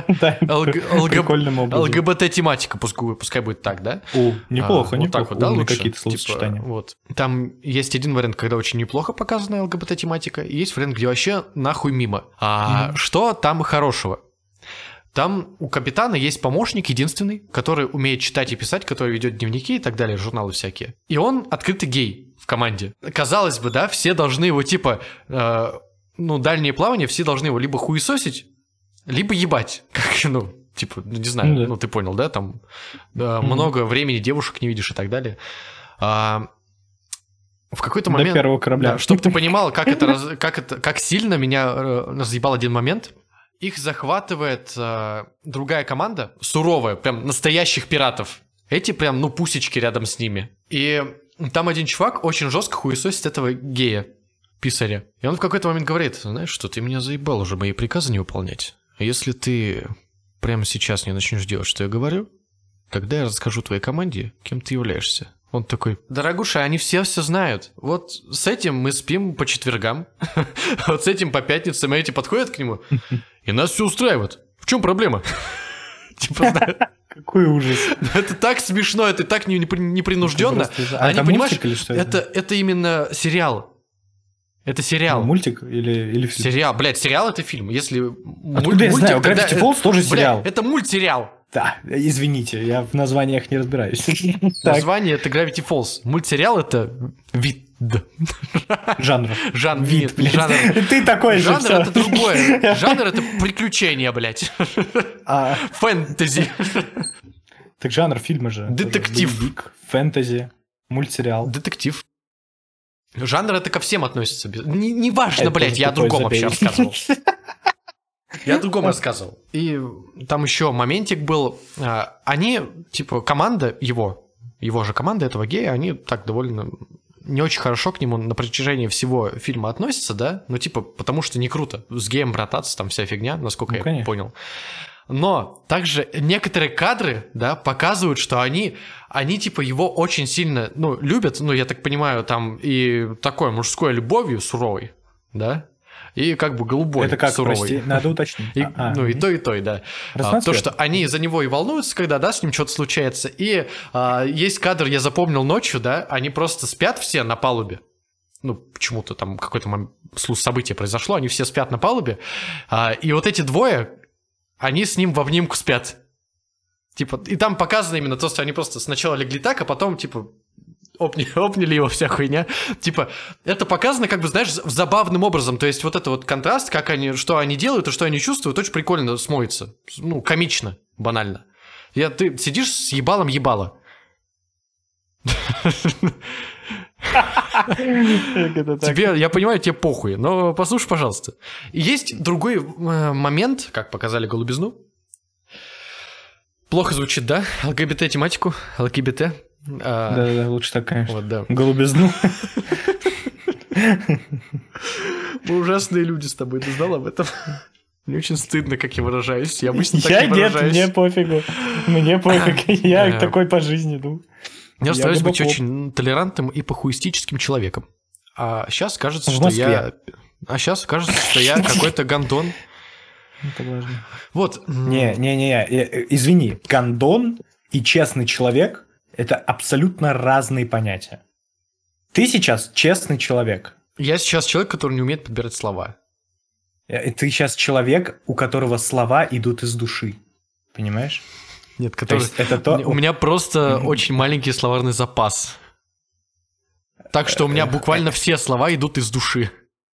ЛГБТ-тематика, пускай будет так, да? Неплохо, вот так вот, да, лучше? Какие-то словосочетания. Вот. Там есть один вариант, когда очень неплохо показана ЛГБТ-тематика, и есть вариант, где вообще нахуй мимо. Что там хорошего? Там у капитана есть помощник единственный, который умеет читать и писать, который ведет дневники и так далее, журналы всякие. И он открытый гей. в команде. Казалось бы, да, все должны его, типа, дальние плавания, все должны его либо хуесосить, либо ебать. Как, типа, не знаю, ты понял, да, там много времени девушек не видишь и так далее. В какой-то момент... До первого корабля. Да, чтобы ты понимал, как сильно меня разъебал один момент. Их захватывает другая команда, суровая, прям настоящих пиратов. Эти прям, пусечки рядом с ними. И там один чувак очень жестко хуесосит этого гея, писаря. И он в какой-то момент говорит: знаешь что, ты меня заебал уже мои приказы не выполнять. Если ты прямо сейчас не начнешь делать, что я говорю, тогда я расскажу твоей команде, кем ты являешься. Он такой: дорогуша, они все знают. Вот с этим мы спим по четвергам, вот с этим по пятницам, и эти подходят к нему, и нас все устраивает. В чем проблема? Типа, какой ужас. Это так смешно, это так непринужденно. Это мультик или что это? Это именно сериал. Это сериал. Мультик или фильм? Сериал. Блядь, сериал — это фильм. Если откуда я знаю? Gravity Falls тоже сериал. Это мультсериал. Да, извините, я в названиях не разбираюсь. Название — это Gravity Falls. Мультсериал — это вид. Жанр. Вид, жанр. Ты такой же. Жанр — это другое. Жанр — это приключения, блядь. Фэнтези. Так жанр фильма же. Детектив. Фэнтези. Мультсериал. Детектив. Жанр — это ко всем относится. Неважно, блядь, я о другом вообще рассказывал. Я о другом рассказывал. И там еще моментик был. Они, типа, команда его же команда этого гея, они так довольно не очень хорошо к нему на протяжении всего фильма относятся, да? Типа, потому что не круто. С геем брататься, там вся фигня, насколько я понял. Но также некоторые кадры, да, показывают, что они типа его очень сильно, любят, я так понимаю, там и такой мужской любовью суровой, да, и как бы голубой это как, суровой. прости, надо уточнить. И то, да. То, что они за него и волнуются, когда, да, с ним что-то случается. И есть кадр, я запомнил ночью, да, они просто спят все на палубе. Почему-то там какое-то событие произошло, они все спят на палубе. И вот эти двое... Они с ним в обнимку спят. Типа, и там показано именно то, что они просто сначала легли так, а потом, типа, обняли его, вся хуйня. Типа, это показано, как бы, знаешь, забавным образом. То есть, вот это вот контраст, что они делают и что они чувствуют, очень прикольно смотрится. Комично, банально. Ты сидишь с ебалом ебала. Тебе, я понимаю, тебе похуй, но послушай, пожалуйста. И есть другой момент, как показали голубизну. Плохо звучит, да? ЛГБТ-тематику, ЛГБТ. Да, лучше так, конечно. Вот, да. Голубизну. Мы ужасные люди с тобой, ты знал об этом? Мне очень стыдно, как я выражаюсь. Я обычно так не выражаюсь. Нет, мне пофигу. Мне пофиг. Я такой по жизни, Я стараюсь быть очень толерантным и похуистическим человеком. А сейчас кажется, что я какой-то гондон. Это важно. Вот. Не. Извини, гондон и честный человек – это абсолютно разные понятия. Ты сейчас честный человек. Я сейчас человек, который не умеет подбирать слова. Ты сейчас человек, у которого слова идут из души. Понимаешь? Нет, у меня просто очень маленький словарный запас. Так что у меня буквально все слова идут из души.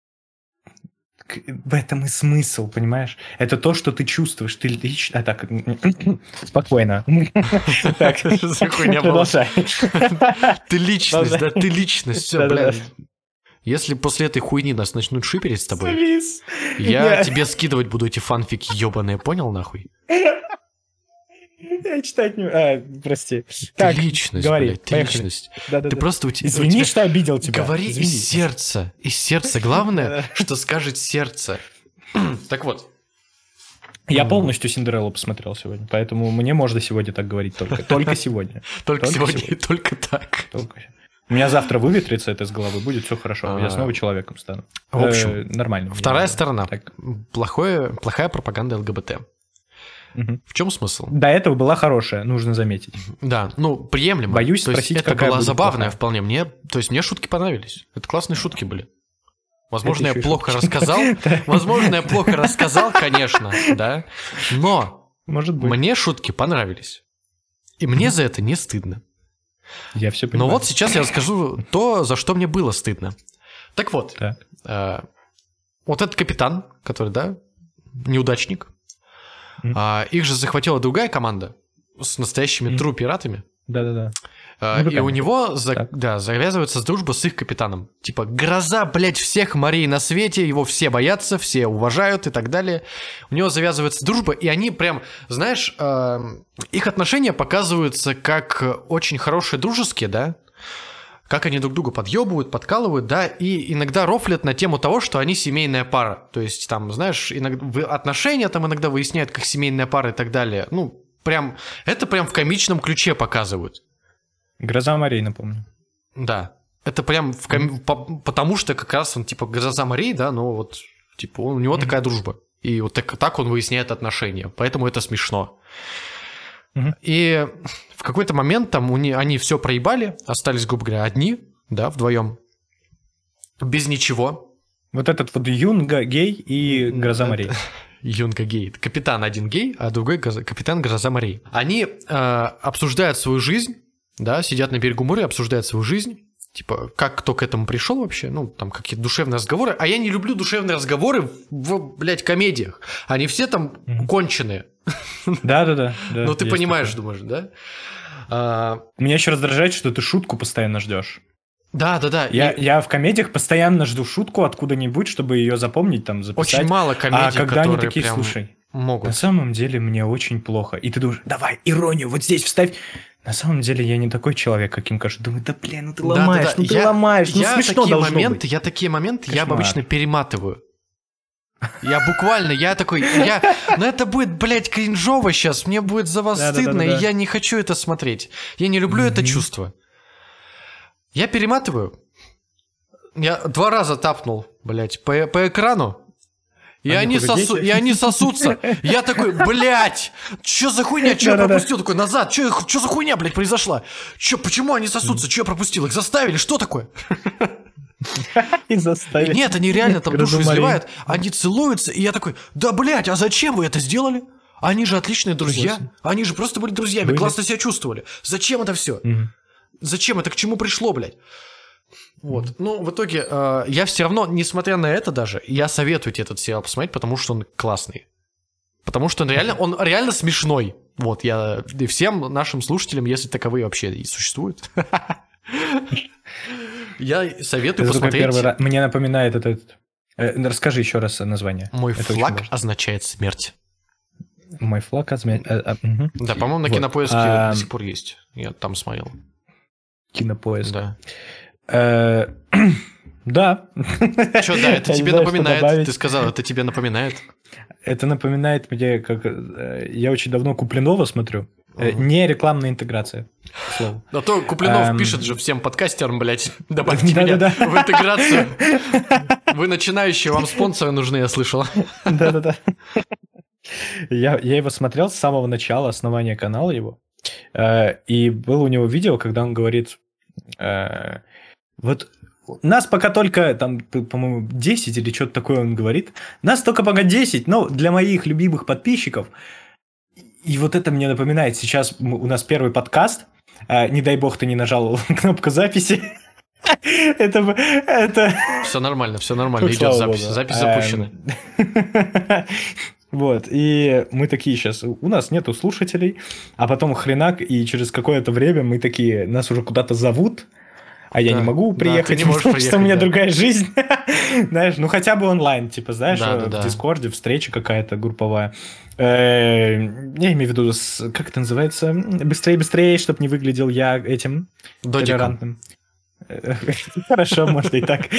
В этом и смысл, понимаешь? Это то, что ты чувствуешь. Ты лично... Так, спокойно. Так, продолжай. Ты личность, да? Ты личность. Все, блядь. Если после этой хуйни нас начнут шиперить с тобой, я тебе скидывать буду эти фанфики ебаные, понял нахуй? Я читать не... прости. Ты личность, блядь, ты личность. Ты просто у тебя... Извини, что обидел тебя. Говори из сердца. Из сердца. Главное, что скажет сердце. Так вот. Я полностью Синдереллу посмотрел сегодня, поэтому мне можно сегодня так говорить только. Только сегодня. Только сегодня и только так. У меня завтра выветрится это из головы, будет все хорошо. Я снова человеком стану. В общем, нормально. Вторая сторона. Плохая пропаганда ЛГБТ. В чем смысл? До этого была хорошая, нужно заметить. Да, приемлемо. Боюсь спросить, это была забавная вполне. Мне шутки понравились. Это классные шутки были. Возможно, я плохо рассказал, конечно, да. Но мне шутки понравились. И мне за это не стыдно. Я все Но понимаю. вот сейчас я расскажу то, за что мне было стыдно. Так вот, Так. вот этот капитан, который, да, неудачник, их же захватила другая команда с настоящими тру-пиратами. Да-да-да. И у него завязывается дружба с их капитаном. Типа, гроза, блядь, всех морей на свете, его все боятся, все уважают и так далее. У него завязывается дружба, и они прям, знаешь, их отношения показываются как очень хорошие, дружеские, да? Как они друг друга подъебывают, подкалывают, да, и иногда рофлят на тему того, что они семейная пара. То есть, там, знаешь, отношения там иногда выясняют, как семейная пара и так далее. Ну, прям, это прям в комичном ключе показывают. «Гроза морей», напомню. Да. Это прям потому что как раз он, типа, «Гроза морей», да, но вот, типа, у него такая дружба. И вот так он выясняет отношения. Поэтому это смешно. И в какой-то момент там они все проебали, остались, грубо говоря, одни, да, вдвоем, без ничего. Вот этот вот Юнга гей и «Гроза морей». Юнга гей. Капитан один гей, а другой капитан «Гроза морей». Они обсуждают свою жизнь, да, сидят на берегу моря, обсуждают свою жизнь. Типа, как кто к этому пришел вообще? Ну, там какие-то душевные разговоры. А я не люблю душевные разговоры в, блядь, комедиях. Они все там конченые. Да. Ну, ты понимаешь, думаешь, да? Меня еще раздражает, что ты шутку постоянно ждешь. Да. Я в комедиях постоянно жду шутку откуда-нибудь, чтобы ее запомнить, там, записать. Очень мало комедий, а когда они которые такие, прям слушай, могут. На самом деле мне очень плохо. И ты думаешь, давай, иронию вот здесь вставь. На самом деле я не такой человек, каким кажется. Думаю, да блин, ну ты ломаешь, ты ломаешь, ну смешно должно быть. Такие моменты я обычно перематываю. Я буквально, ну это будет, блядь, кринжово сейчас, мне будет за вас стыдно, и я не хочу это смотреть. Я не люблю это чувство. Я перематываю. Я 2 раза тапнул, блядь, по экрану. И они сосутся. Я такой, блядь, что за хуйня? Что я пропустил? Такой, назад. Что за хуйня, блядь, произошла? Почему они сосутся? Что я пропустил? Их заставили? Что такое? И заставили. Нет, они реально там душу изливают. Они целуются. И я такой, да, блядь, а зачем вы это сделали? Они же отличные друзья. Они же просто были друзьями, классно себя чувствовали. Зачем это все? Зачем это? К чему пришло, блядь? Вот. Ну, в итоге, я все равно, несмотря на это даже, я советую тебе этот сериал посмотреть, потому что он классный. Потому что он реально смешной. Вот, я и всем нашим слушателям, если таковые вообще и существуют, я советую посмотреть. Мне напоминает этот... Расскажи еще раз название. «Мой флаг означает смерть». «Мой флаг означает...» Да, по-моему, на Кинопоиске до сих пор есть. Я там смотрел. Кинопоиск. Да. Да. Что, да, это тебе напоминает, ты сказал, это тебе напоминает. Это напоминает мне, как я очень давно Куплинова смотрю. Не рекламная интеграция, к слову. А то Куплинов пишет же всем подкастерам, блядь, добавьте меня в интеграцию. Вы начинающие, вам спонсоры нужны, я слышал. Да. Я его смотрел с самого начала, основания канала его. И было у него видео, когда он говорит... Вот нас пока только, там, по-моему, 10 или что-то такое он говорит. Нас только пока 10, но для моих любимых подписчиков. И вот это мне напоминает. Сейчас у нас первый подкаст. Не дай бог ты не нажал кнопку записи. Это... Все нормально, идет запись. Запись запущена. Вот, и мы такие сейчас, у нас нету слушателей, а потом хренак, и через какое-то время мы такие, нас уже куда-то зовут, а я не могу приехать, потому что у меня другая жизнь. Знаешь, ну хотя бы онлайн, типа, знаешь, в Дискорде встреча какая-то групповая. Я имею в виду, как это называется? Быстрее, чтобы не выглядел я этим толерантным. Хорошо, может и так.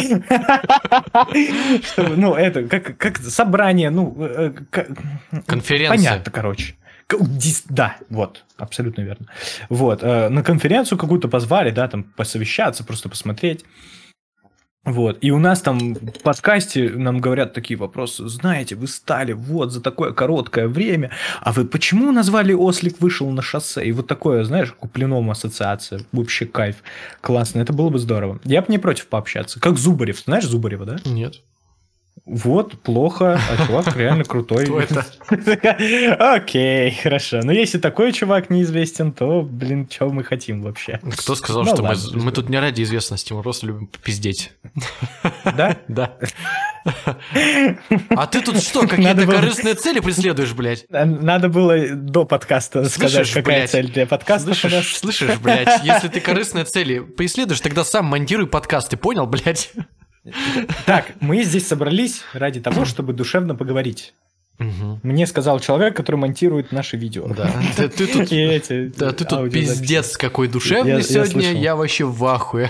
Ну, это как собрание, ну... Конференция. Понятно, короче. Да, вот, абсолютно верно. Вот, на конференцию какую-то позвали, да, там посовещаться, просто посмотреть. Вот, и у нас там в подкасте нам говорят такие вопросы. Знаете, вы стали вот за такое короткое время, а вы почему назвали «Ослик вышел на шоссе»? И вот такое, знаешь, Куплином ассоциация. Вообще кайф. Классно, это было бы здорово. Я бы не против пообщаться. Как Зубарев. Знаешь Зубарева, да? Нет. Вот, плохо, а чувак реально крутой. Кто это? Окей, хорошо. Но если такой чувак неизвестен, то, блин, чего мы хотим вообще? Кто сказал, Ну что ладно, мы тут не ради известности, мы просто любим попиздеть. Да? Да. А ты тут что, какие-то Надо было- корыстные цели преследуешь, блядь? Надо было до подкаста сказать, Слышишь, какая блядь? цель для подкаста у нас. Слышишь, блядь, если ты корыстные цели преследуешь, тогда сам монтируй подкаст, ты понял, блядь? Так, мы здесь собрались ради того, чтобы душевно поговорить. Мне сказал человек, который монтирует наши видео. Да. Ты тут, И эти да, ты тут аудиозаписи. пиздец какой душевный Я сегодня, слышал. я вообще в ахуе.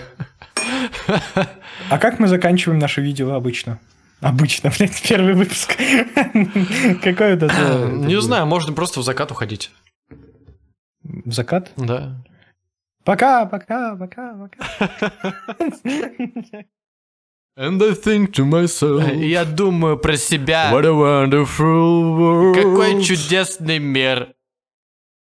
А как мы заканчиваем наши видео обычно? Обычно, блядь, первый выпуск. Какой это? Не знаю, можно просто в закат уходить. В закат? Да. Пока, пока, пока, пока. And I think to myself, я думаю про себя. What a wonderful world. Какой чудесный мир.